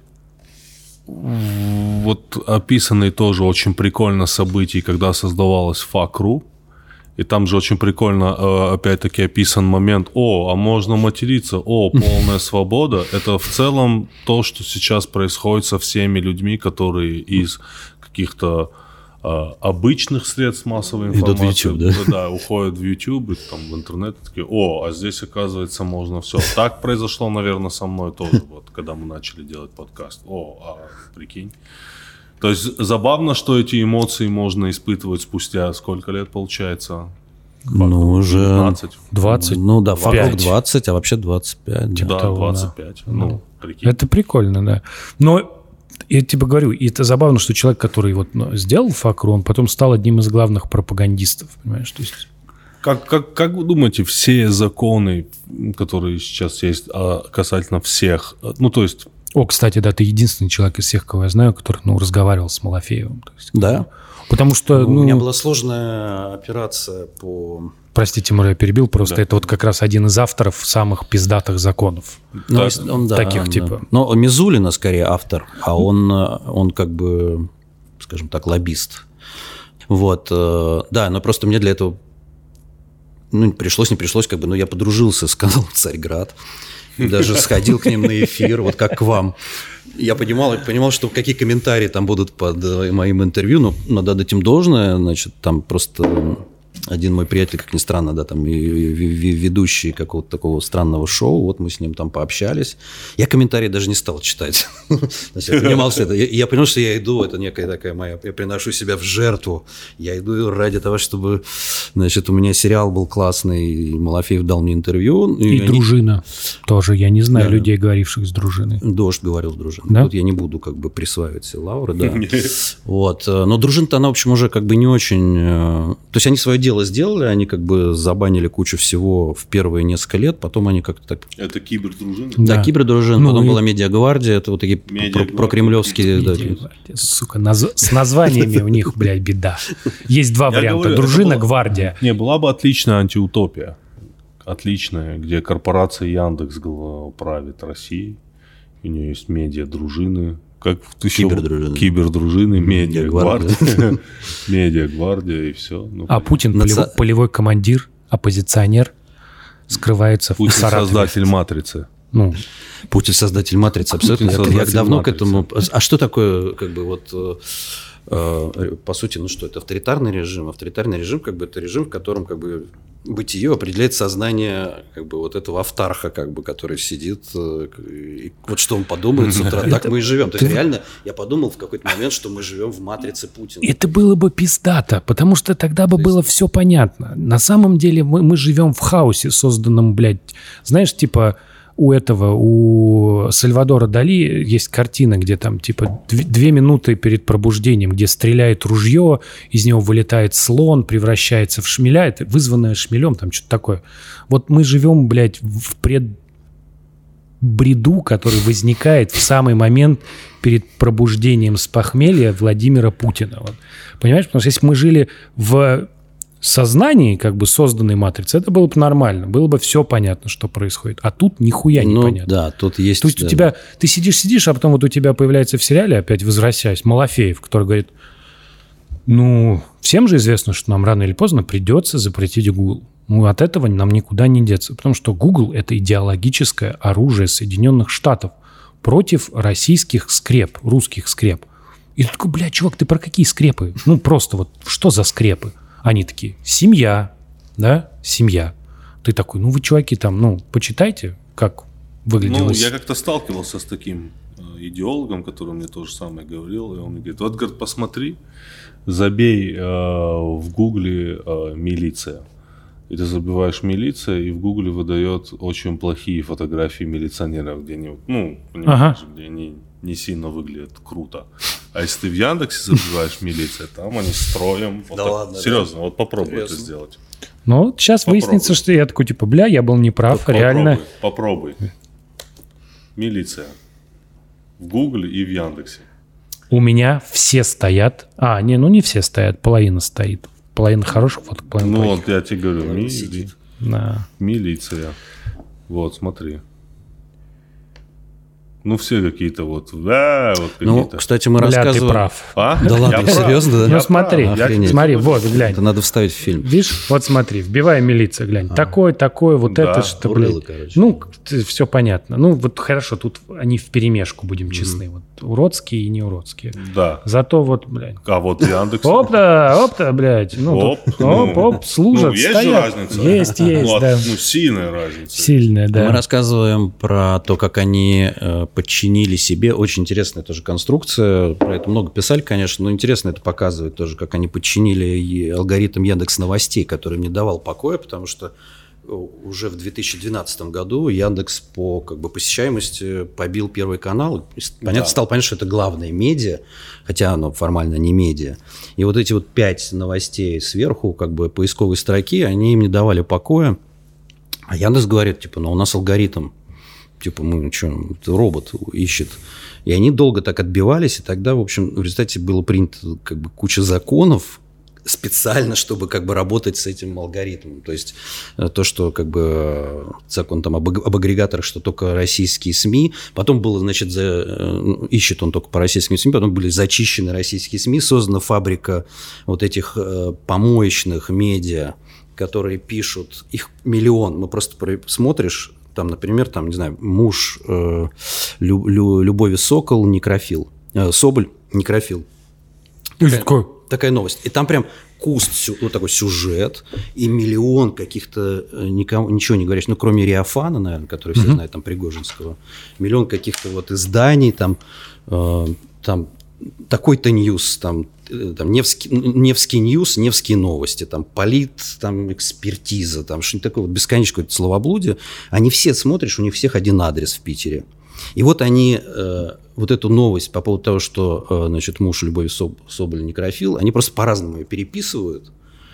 вот описанные тоже очень прикольно события, когда создавалась эф эй си точка ру, И там же очень прикольно, э, опять-таки, описан момент, о, а можно материться, о, полная свобода. Это в целом то, что сейчас происходит со всеми людьми, которые из каких-то э, обычных средств массовой информации идут в YouTube, да? Да, уходят в YouTube, там, в интернет, и такие, о, а здесь, оказывается, можно все. Так произошло, наверное, со мной тоже, вот, когда мы начали делать подкаст. О, а прикинь. То есть забавно, что эти эмоции можно испытывать спустя сколько лет, получается? Ну, уже... двадцать. двадцать. Ну да, вокруг пять. двадцать, а вообще двадцать пять. Да, того, двадцать пять. Да. Ну, прикинь. Это прикольно, да. Но я тебе говорю, и это забавно, что человек, который вот ну, сделал факру, он потом стал одним из главных пропагандистов, понимаешь? То есть... Как, как, как вы думаете, все законы, которые сейчас есть касательно всех, ну, то есть... О, кстати, да, ты единственный человек из всех, кого я знаю, который, ну, разговаривал с Малафеевым. То есть, Да? Потому что, Ну, ну... у меня была сложная операция по... Прости, Тимур, я перебил, просто Да. это вот как раз один из авторов самых пиздатых законов. Ну, Так, если- он, да, таких он, типа. да. Но Мизулина скорее автор, а он, он как бы, скажем так, лоббист. Вот, э, да, но просто мне для этого, ну, пришлось, не пришлось, как бы, но я подружился с каналом «Царьград», даже сходил к ним на эфир, вот как к вам. Я понимал, понимал, что какие комментарии там будут под моим интервью, но надо дать им должное, значит, там просто... Один мой приятель, как ни странно, да, там и, и, и ведущий какого-то такого странного шоу, вот мы с ним там пообщались. Я комментарии даже не стал читать. Значит, я понимал, что это... Я, я понял, что я иду, это некая такая моя... Я приношу себя в жертву. Я иду ради того, чтобы... Значит, у меня сериал был классный, и Малафеев дал мне интервью. И, и они... дружина тоже. Я не знаю Да. людей, говоривших с дружиной. Дождь говорил дружина. Да? Тут я не буду как бы присваивать себе лавры, да. Вот. Но дружина-то, она, в общем, уже как бы не очень... То есть они свое дело сделали, они как бы забанили кучу всего в первые несколько лет, потом они как-то так... Это кибердружина? Да. Да, кибердружина, Ну, потом и- была медиагвардия, это вот такие Медиагвардия. про- прокремлевские... да, Гвардия, сука, наз- с названиями у них, блядь, беда. Есть два Я варианта. говорю, это Дружина, было- гвардия. Не, была бы отличная антиутопия. Отличная, где корпорация Яндекс гла- правит Россией. У нее есть медиа-дружины. Как еще? Кибердружины. Кибердружины, Медиагвардия. медиагвардия. Медиагвардия и все. Ну, А Путин Наца- полевой, полевой командир, оппозиционер, скрывается Путин в Саратове. создатель матрицы. Ну, Путин создатель матрицы, абсолютно. Путин Я- Я, создатель давно матрицы. к этому... А что такое, как бы, вот... э, э, по сути, ну что, это авторитарный режим. Авторитарный режим, как бы, это режим, в котором, как бы, бытие определяет сознание, как бы, вот этого автарха, как бы, который сидит, э, и вот что он подумает с утра. Так мы и живем. То есть, реально, я подумал в какой-то момент, что мы живем в матрице Путина. это было бы пиздато, потому что тогда бы было все понятно. На самом деле мы, мы живем в хаосе, созданном, блядь, знаешь, типа у этого, у Сальвадора Дали есть картина, где там типа дв- две минуты перед пробуждением, где стреляет ружье, из него вылетает слон, превращается в шмеля, это вызванное шмелем, там что-то такое. Вот мы живем, блядь, в пред... бреду, который возникает в самый момент перед пробуждением с похмелья Владимира Путина. Вот. Понимаешь? Потому что если бы мы жили в сознании, как бы созданной матрицы, это было бы нормально. Было бы все понятно, что происходит. А тут нихуя не Ну, понятно. да, тут есть... То есть да. у тебя... Ты сидишь-сидишь, а потом вот у тебя появляется в сериале, опять возвращаясь, Малафеев, который говорит, ну, всем же известно, что нам рано или поздно придется запретить Google. Ну, от этого нам никуда не деться. Потому что Google – это идеологическое оружие Соединенных Штатов против российских скреп, русских скреп. И ты такой, бля, чувак, ты про какие скрепы? Ну, просто вот что за скрепы? Они такие, семья, да, семья. Ты такой, ну, вы, чуваки, там, ну, почитайте, как выглядело. Ну, я как-то сталкивался с таким э, идеологом, который мне то же самое говорил, и он мне говорит, вот, говорит, посмотри, забей э, в гугле э, милиция. И ты забиваешь милиция, и в гугле выдает очень плохие фотографии милиционеров, где они, ну, понимаешь, Ага. где они не сильно выглядят круто. А если ты в Яндексе забиваешь милиция, там они строем. Вот Да так, ладно, серьезно, вот попробуй Интересно. это сделать. Ну, вот сейчас Попробуй. выяснится, что я такой, типа, бля, я был неправ, Попробуй, реально. Попробуй. Милиция. В Гугле и в Яндексе. У меня все стоят. А, не, ну не все стоят, половина стоит. Половина хороших фоток, половина Ну плохих. вот я тебе говорю, Половина ми- сидит. Да. милиция. Вот, смотри. Ну, все какие-то вот, да, вот какие-то. Ну, кстати, мы Бля, рассказываем... ты прав. А? Да ладно, Я прав. серьезно? Ну Да? смотри, Охренеть. смотри, вот, глянь. Это надо вставить в фильм. Видишь, вот смотри, вбивай милиция, глянь. Такое, такое, вот Да, это что, урлы, блядь. короче. Ну, все понятно. Ну, вот хорошо, тут они вперемешку, будем честны. Вот уродские и не уродские. Да. Зато вот, блядь. А вот Яндекс... Оп-да, оп-да, блядь. Ну, Оп, тут, ну, оп, оп, служат, ну, есть стоят. же разница. Есть, есть, ну, а- да. Ну, сильная разница. Сильная, Мы да. рассказываем про то, как они э, подчинили себе. Очень интересная тоже конструкция. Про это много писали, конечно, но интересно это показывает тоже, как они подчинили и алгоритм Яндекс новостей, который им не давал покоя, потому что уже в две тысячи двенадцатом году Яндекс по как бы, посещаемости побил Первый канал. Понятно, Да. стало понятно, что это главное медиа, хотя оно формально не медиа. И вот эти вот пять новостей сверху, как бы поисковой строки, они им не давали покоя. А Яндекс говорит, типа, ну у нас алгоритм, типа, мы что, робот ищет. И они долго так отбивались, и тогда, в общем, в результате было принято как бы куча законов, специально, чтобы как бы работать с этим алгоритмом. То есть то, что как бы закон там об, об агрегаторах, что только российские СМИ, потом было, значит, за, ищет он только по российским СМИ, потом были зачищены российские СМИ, создана фабрика вот этих э, помоечных медиа, которые пишут, их миллион, мы просто смотришь, там, например, там, не знаю, муж э, Лю, Лю, Любови Сокол, некрофил, э, Соболь, некрофил. Такое. Такая новость. И там прям куст, вот такой сюжет, и миллион каких-то, никому, ничего не говорящих, ну, кроме Риофана, наверное, который все mm-hmm. знают, там, Пригожинского, миллион каких-то вот изданий, там, э, там такой-то ньюс, там, там Невский, Невский ньюс, Невские новости, там, полит, там, экспертиза, там, что-нибудь такое, вот бесконечное какое-то словоблудие. Они все смотришь, у них всех один адрес в Питере. И вот они, э, вот эту новость по поводу того, что, э, значит, муж Любови Соболь некрофил, они просто по-разному ее переписывают,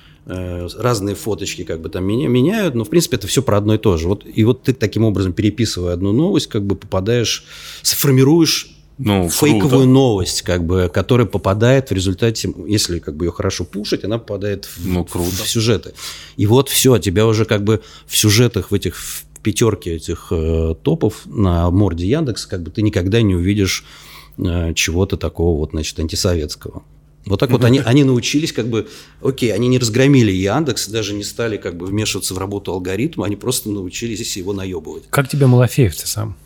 э, разные фоточки как бы там меня, меняют, но, в принципе, это все про одно и то же. Вот, и вот ты таким образом, переписывая одну новость, как бы попадаешь, сформируешь Ну, фейковую круто. новость, как бы, которая попадает в результате, если как бы ее хорошо пушить, она попадает в, Ну, круто. в сюжеты. И вот все, тебя уже как бы в сюжетах, в этих в пятерке этих э, топов на морде Яндекса, как бы ты никогда не увидишь э, чего-то такого вот, значит, антисоветского. Вот так вот они, они научились как бы, окей, они не разгромили Яндекс, даже не стали как бы вмешиваться в работу алгоритма, они просто научились его наебывать. Как тебе Малафеев-то сам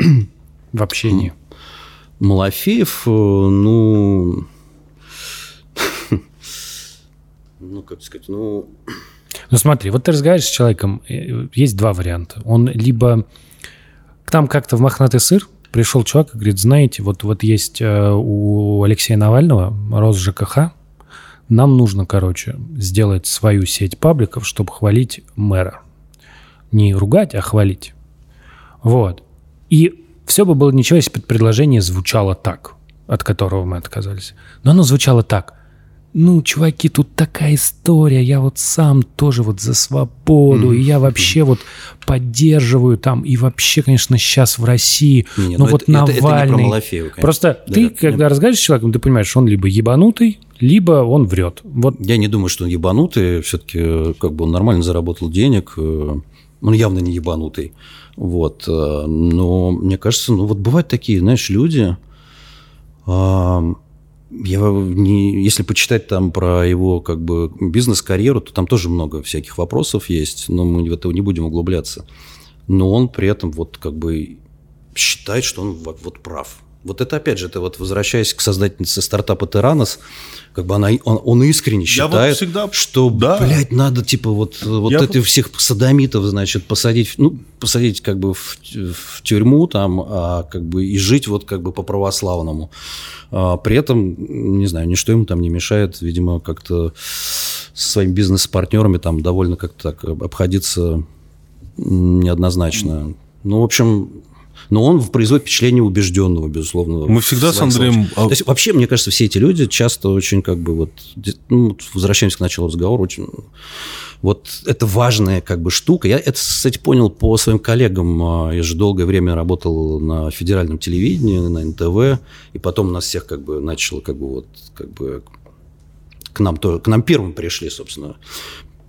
в общении? Малафеев, ну, ну, как сказать, ну... Ну смотри, вот ты разговариваешь с человеком, есть два варианта. Он либо к нам как-то в мохнатый сыр пришел чувак и говорит, знаете, вот, вот есть у Алексея Навального РосЖКХ, нам нужно, короче, сделать свою сеть пабликов, чтобы хвалить мэра. Не ругать, а хвалить. Вот. И все бы было ничего, если бы предложение звучало так, от которого мы отказались. Но оно звучало так. Ну, чуваки, тут такая история, я вот сам тоже вот за свободу, mm-hmm. и я вообще вот поддерживаю там, и вообще, конечно, сейчас в России, Нет, ну ну вот это, Навальный. Это, это не про Малафеева, конечно. Просто да, ты, да, когда да. разговариваешь с человеком, ты понимаешь, что он либо ебанутый, либо он врет. Вот. Я не думаю, что он ебанутый, все-таки как бы он нормально заработал денег, он явно не ебанутый. Вот. Но мне кажется, ну вот бывают такие, знаешь, люди... Я не, если почитать там про его как бы бизнес-карьеру, то там тоже много всяких вопросов есть, но мы в это не будем углубляться. Но он при этом вот как бы считает, что он вот, вот прав. Вот это опять же, это вот возвращаясь к создательнице стартапа Terranos, как бы она, он, он искренне считает, вот всегда... что, да. блядь, надо типа вот, вот Я... этих всех садомитов, значит, посадить, ну, посадить как бы в, в тюрьму там, а как бы и жить вот как бы по-православному. А при этом, не знаю, ничто ему там не мешает, видимо, как-то со своими бизнес-партнерами там довольно как-то так обходиться неоднозначно. Ну, в общем... Но он производит впечатление убежденного, безусловно. Мы всегда с Андреем... То есть, вообще, мне кажется, все эти люди часто очень как бы вот... Ну, возвращаемся к началу разговора. Очень, вот это важная как бы штука. Я это, кстати, понял по своим коллегам. Я же долгое время работал на федеральном телевидении, на эн тэ вэ. И потом нас всех как бы начало как бы вот... Как бы, к нам, то, к нам первым пришли, собственно...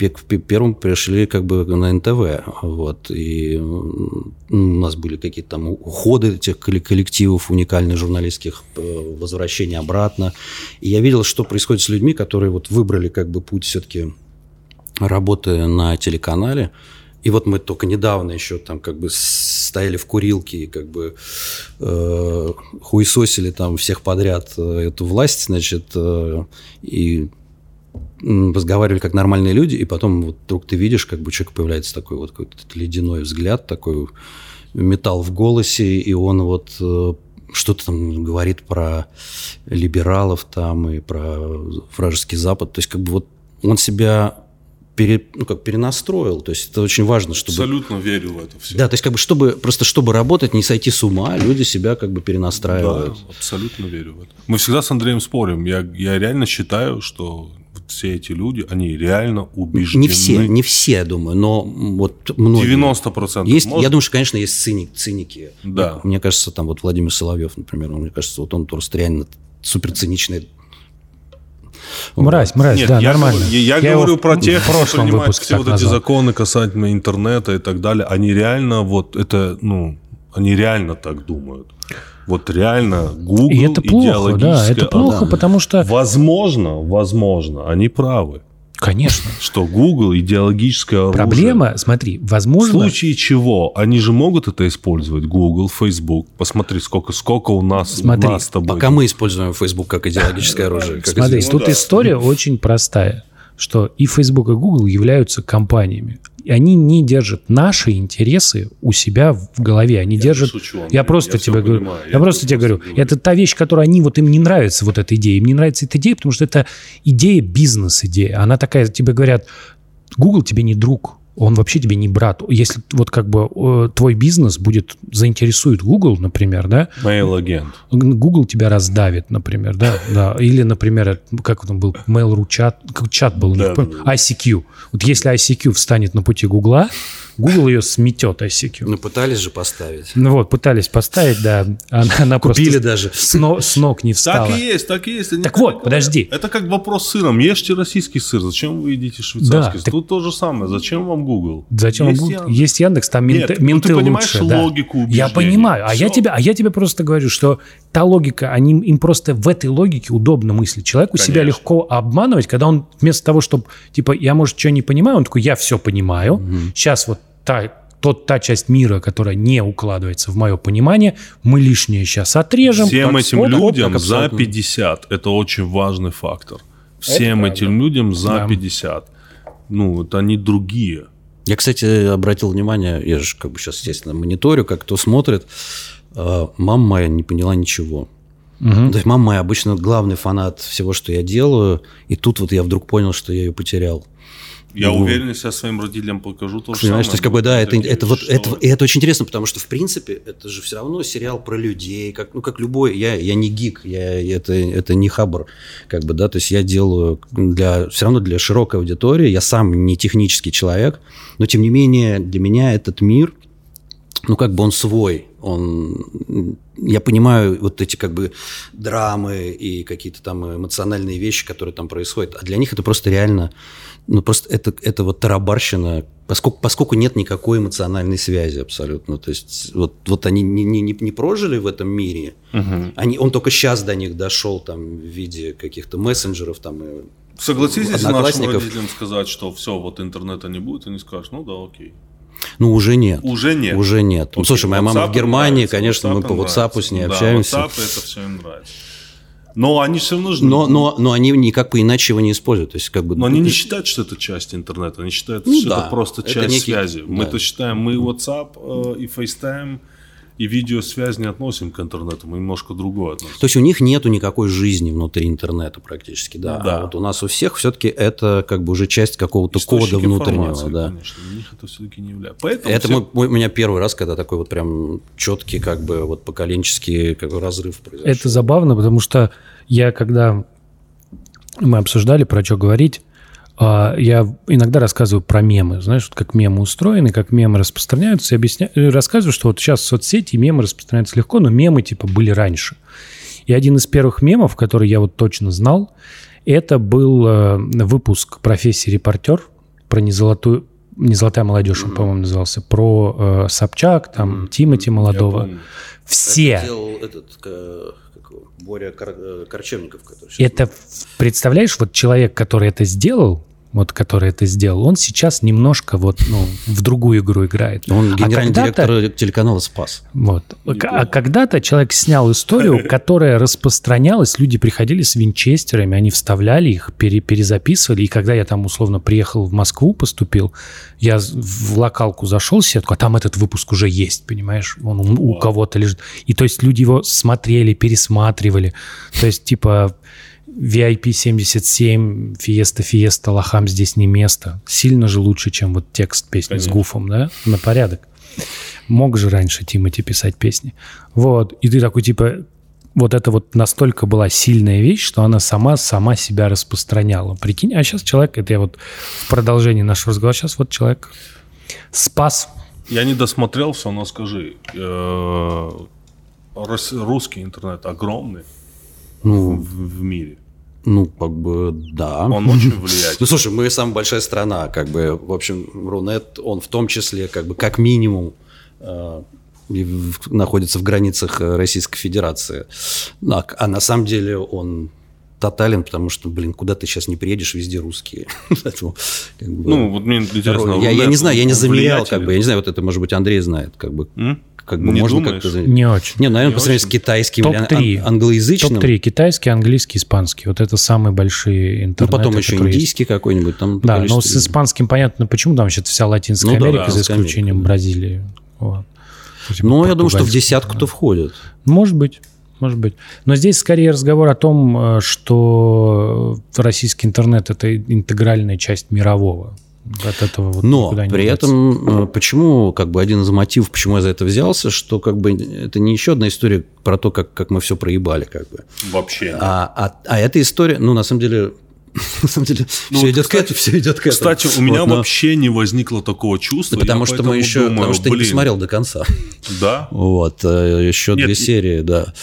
первым пришли как бы на эн тэ вэ, вот, и у нас были какие-то там уходы этих коллективов уникальных журналистских, возвращения обратно, и я видел, что происходит с людьми, которые вот выбрали как бы путь все-таки работы на телеканале. И вот мы только недавно еще там как бы стояли в курилке и как бы э, хуесосили там всех подряд э, эту власть, значит, э, и разговаривали как нормальные люди, и потом вот вдруг ты видишь, как бы у человека появляется такой вот какой-то ледяной взгляд, такой металл в голосе, и он вот э, что-то там говорит про либералов там и про вражеский Запад. То есть как бы вот он себя... Пере, ну, как перенастроил, то есть это очень важно, чтобы... Абсолютно верю в это все. Да, то есть как бы чтобы, просто чтобы работать, не сойти с ума, люди себя как бы перенастраивают. Да, абсолютно верю в это. Мы всегда с Андреем спорим, я, я реально считаю, что все эти люди, они реально убеждены. Не все, не все, я думаю, но вот многие. девяносто процентов. Есть, может... Я думаю, что, конечно, есть циник, циники. Да. Мне кажется, там вот Владимир Соловьев, например, мне кажется, вот он просто реально суперциничный. Мразь, мразь, Нет, да, я нормально. Говорю, я, я, я говорю про тех, кто принимает все вот эти законы касательно интернета и так далее. Они реально вот это, ну, они реально так думают. Вот реально Google и это плохо, да, это плохо, да. потому что... Возможно, возможно, они правы. Конечно. Что Google идеологическое оружие. Проблема, смотри, возможно... В случае чего, они же могут это использовать, Google, Facebook. Посмотри, сколько, сколько у нас, смотри, у нас с тобой. Пока мы используем Facebook как идеологическое оружие. Как смотри, известно. тут ну, да. история очень простая, что и Facebook, и Google являются компаниями. И они не держат наши интересы у себя в голове. Они я держат... Шучу, я просто я тебе говорю, понимаю, я, я просто тебе говорю, говорю, это та вещь, которая они, вот им не нравится вот эта идея. Им не нравится эта идея, потому что это идея, бизнес-идея. Она такая, тебе говорят, Google тебе не друг, он вообще тебе не брат. Если вот как бы э, твой бизнес будет, заинтересует Google, например, да? Mail-агент. Google тебя раздавит, например, да? да. Или, например, как он был, Mail.ru чат, как чат был, да, да, ай си кью. Вот если ай си кью встанет на пути Гугла, Google ее сметет, ай си кью. Ну, пытались же поставить. Ну вот, пытались поставить, да. Она, она Купили просто даже. С, но, с ног не встала. Так и есть, так и есть. Так так вот, подожди. Это как вопрос с сыром. Ешьте российский сыр, зачем вы едите швейцарский? Да, Тут так... то же самое. Зачем вам Google? Зачем есть вам Google? Яндекс. Есть Яндекс, там менты, Нет, менты ну, ты понимаешь лучше. логику убеждений. Я понимаю. А я, тебе, а я тебе просто говорю, что та логика, они, им просто в этой логике удобно мыслить. Человеку Конечно. себя легко обманывать, когда он вместо того, чтобы, типа, я, может, что не понимаю, он такой, я все понимаю. Угу. Сейчас вот та... Тот, та часть мира, которая не укладывается в мое понимание, мы лишнее сейчас отрежем. Всем этим вот, людям вот, за пятьдесят. Это очень важный фактор. Всем это этим правда. людям за да. пятьдесят. Ну, это они другие. Я, кстати, обратил внимание, я же как бы сейчас, естественно, мониторю, как кто смотрит. Мама моя не поняла ничего. Угу. То есть мама моя обычно главный фанат всего, что я делаю. И тут вот я вдруг понял, что я ее потерял. Я ну, уверен, если я своим родителям покажу то же Понимаешь, самое. То есть, как бы, да, это, это, вот, что... это, это очень интересно, потому что, в принципе, это же все равно сериал про людей, как, ну, как любой, я, я не гик, я, это, это не хабр, как бы, да, то есть, я делаю для, все равно для широкой аудитории, я сам не технический человек, но, тем не менее, для меня этот мир, ну, как бы он свой, он... Я понимаю вот эти как бы драмы и какие-то там эмоциональные вещи, которые там происходят, а для них это просто реально... Ну, просто это, это вот тарабарщина, поскольку, поскольку нет никакой эмоциональной связи абсолютно. То есть, вот, вот они не, не, не прожили в этом мире, угу. они, он только сейчас до них дошел там, в виде каких-то мессенджеров. Там, Согласитесь нашим родителям сказать, что все, вот интернета не будет, и они скажут, ну да, окей. Ну, уже нет. Уже нет. Уже нет. Okay. Ну, слушай, моя мама в Германии, нравится, конечно, WhatsApp мы по WhatsApp нравится. С ней да, общаемся. WhatsApp это все им нравится. Но они все равно же... Но, но, но они никак бы иначе его не используют. То есть, как бы... Но они не считают, что это часть интернета. Они считают, ну, что да, это просто это часть некий... связи. Да. Мы-то считаем, мы WhatsApp э, и FaceTime и видеосвязь не относим к интернету. Мы немножко другое относим. То есть, у них нету никакой жизни внутри интернета практически. Да. да. А вот у нас у всех все-таки это как бы уже часть какого-то источник кода внутреннего. Да. Конечно. У них это все-таки не является. Поэтому это все... мой, у меня первый раз, когда такой вот прям четкий как бы вот поколенческий как бы разрыв произошел. Это забавно, потому что я, когда мы обсуждали, про что говорить, я иногда рассказываю про мемы. Знаешь, вот как мемы устроены, как мемы распространяются. Я объясняю, рассказываю, что вот сейчас в соцсети мемы распространяются легко, но мемы типа были раньше. И один из первых мемов, который я вот точно знал, это был выпуск профессии репортер про незолотую, не «Золотая молодежь», он, mm-hmm. по-моему, назывался, про э, Собчак, там, mm-hmm. Тимати молодого. Все. Это делал этот, как, Боря Кор, Корчевников. Который это, представляешь, вот человек, который это сделал, вот, который это сделал, он сейчас немножко вот, ну, в другую игру играет. Он генеральный а директор телеканала «Спас». Вот. А когда-то человек снял историю, которая распространялась, люди приходили с винчестерами, они вставляли их, пере, перезаписывали, и когда я там условно приехал в Москву, поступил, я в локалку зашел в сетку, а там этот выпуск уже есть, понимаешь? Он у, у кого-то лежит. И то есть люди его смотрели, пересматривали. То есть типа... ви ай пи семьдесят семь, Фиеста, Фиеста, лохам здесь не место. Сильно же лучше, чем вот текст песни Конечно. С Гуфом, да? На порядок. Мог же раньше Тимати писать песни. Вот. И ты такой, типа, вот это вот настолько была сильная вещь, что она сама, сама себя распространяла. Прикинь, а сейчас человек, это я вот в продолжении нашего разговора, сейчас вот человек спас. Я не досмотрел все, но скажи, русский интернет огромный ну, в, в мире. Ну, как бы, да. Он очень влияет. Ну, слушай, мы самая большая страна, как бы, в общем, Рунет, он в том числе, как бы, как минимум, э, находится в границах Российской Федерации. А, а на самом деле он тотален, потому что, блин, куда ты сейчас не приедешь, везде русские. Поэтому, как бы, ну, вот мне интересно. Я, я не знаю, я не замерял, как бы, я не знаю, вот это, может быть, Андрей знает, как бы. М? Как бы не можно думаешь? как-то... Не очень. Не, наверное, не по сравнению с китайским топ три. или ан- англоязычным. топ три. Китайский, английский, испанский. Вот это самые большие интернеты. Ну, потом еще индийский есть. Какой-нибудь. Там да, но с испанским понятно, почему там сейчас вся Латинская ну, Америка, да, за исключением Америка. Бразилии. Вот. Ну, я думаю, что в десятку-то входит. Может быть. Может быть. Но здесь скорее разговор о том, что российский интернет – это интегральная часть мирового. От этого вот но не при деться. этом, почему, как бы, один из мотивов, почему я за это взялся, что, как бы, это не еще одна история про то, как, как мы все проебали, как бы. Вообще. А, а, а эта история, ну, на самом деле, на самом деле, ну, все вот, идет кстати, к этому, все идет к этому. Кстати, у меня вот, но... вообще не возникло такого чувства. Да потому что мы еще, думаю, потому что блин. Ты не посмотрел до конца. Да? Вот, еще Нет, две серии, да.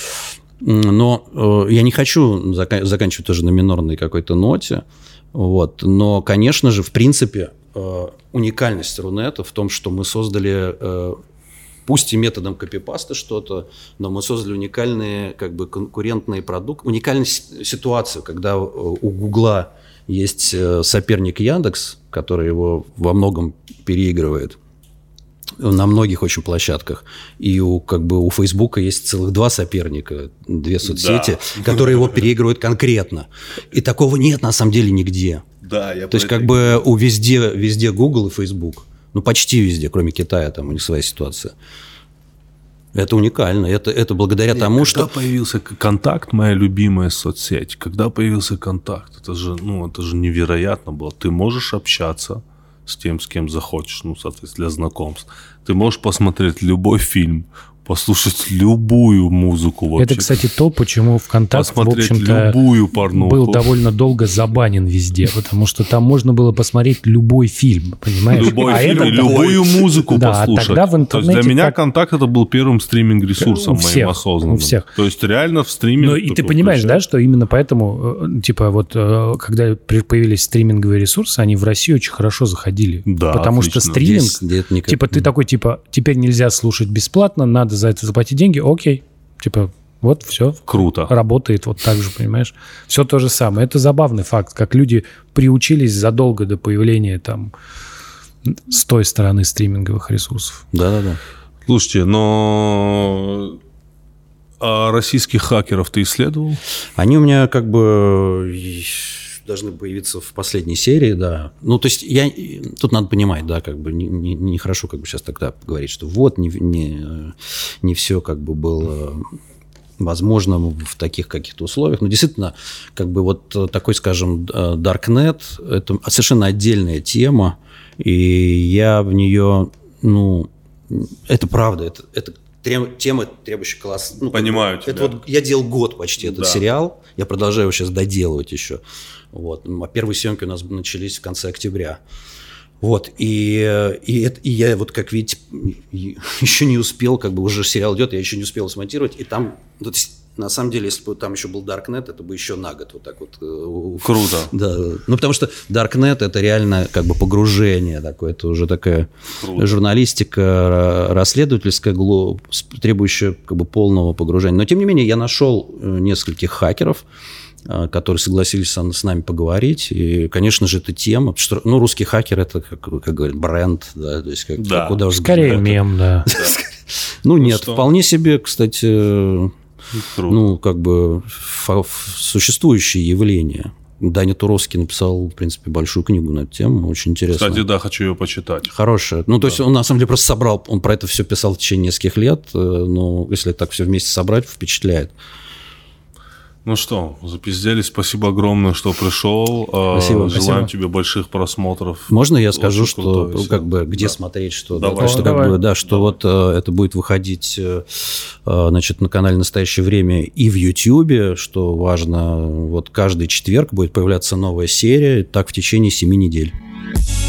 Но я не хочу зак- заканчивать тоже на минорной какой-то ноте. Вот. Но, конечно же, в принципе, уникальность Рунета в том, что мы создали, пусть и методом копипаста что-то, но мы создали уникальные, как бы, конкурентные продукты, уникальную ситуацию, когда у Гугла есть соперник Яндекс, который его во многом переигрывает на многих очень площадках. И у, как бы, у Фейсбука есть целых два соперника, две соцсети, да. которые его переигрывают конкретно. И такого нет на самом деле нигде. Да, я То есть, как бы, у везде, везде Google и Facebook. Ну, почти везде, кроме Китая, там у них своя ситуация. Это уникально. Это, это благодаря Нет, тому, когда что... Когда появился КонТакт, моя любимая соцсеть, когда появился КонТакт, это же, ну, это же невероятно было. Ты можешь общаться с тем, с кем захочешь, ну, соответственно, для знакомств. Ты можешь посмотреть любой фильм, послушать любую музыку вообще. Это, кстати, то, почему ВКонтакте, в общем-то, любую порнуху. был довольно долго забанен везде, потому что там можно было посмотреть любой фильм, понимаешь? Любой а фильм это... и любую музыку да, послушать. Тогда в интернете... То есть для меня так... КонТакт это был первым стриминг-ресурсом всех, моим осознанным. У всех. То есть реально в стриминг... Ну и ты понимаешь, включать. Да, что именно поэтому, типа, вот, когда появились стриминговые ресурсы, они в Россию очень хорошо заходили. Да, потому отлично. что стриминг... Здесь, никак... Типа, ты такой, типа, теперь нельзя слушать бесплатно, надо за это заплатить деньги, окей, типа, вот все. Круто. Работает вот так же, понимаешь? Все то же самое. Это забавный факт, как люди приучились задолго до появления там с той стороны стриминговых ресурсов. Да-да-да. Слушайте, но а российских хакеров ты исследовал? Они у меня как бы должны появиться в последней серии, да. Ну, то есть, я... тут надо понимать, да, как бы нехорошо не, не как бы сейчас тогда говорить, что вот, не, не, не все как бы было возможно в таких каких-то условиях. Но действительно, как бы вот такой, скажем, Darknet – это совершенно отдельная тема, и я в нее, ну, это правда, это, это тема, требующая класс. Ну, Понимаю тебя. Это вот я делал год почти этот да. сериал, я продолжаю его сейчас доделывать еще. Вот. А первые съемки у нас начались в конце октября. Вот. И, и, это, и я вот, как видите, еще не успел, как бы уже сериал идет, я еще не успел смонтировать. И там, На самом деле, если бы там еще был Darknet, это бы еще на год вот так вот. Круто. Да, ну потому что Darknet это реально как бы погружение такое, это уже такая Круто. журналистика расследовательская, требующая как бы полного погружения. Но тем не менее я нашел нескольких хакеров, которые согласились с нами поговорить. И, конечно же, это тема. Что, ну, русский хакер – это, как, как говорят, бренд. Да, то есть, как, да. Куда уж скорее это... мем, да. Ну, нет, вполне себе, кстати, ну, как бы существующее явление. Даня Туровский написал, в принципе, большую книгу на эту тему, очень интересно. Кстати, да, хочу ее почитать. Хорошая. Ну, то да. есть он, на самом деле, просто собрал, он про это все писал в течение нескольких лет, но если так все вместе собрать, впечатляет. Ну что, запиздели. Спасибо огромное, что пришел. Спасибо. Желаем Спасибо. тебе больших просмотров. Можно я скажу, очень что как бы где да. смотреть, что, Давай. Да, что Давай. как бы да, что вот э, это будет выходить, э, значит, на канале «Настоящее время» и в Ютьюбе, что важно. Вот каждый четверг будет появляться новая серия, так в течение семи недель.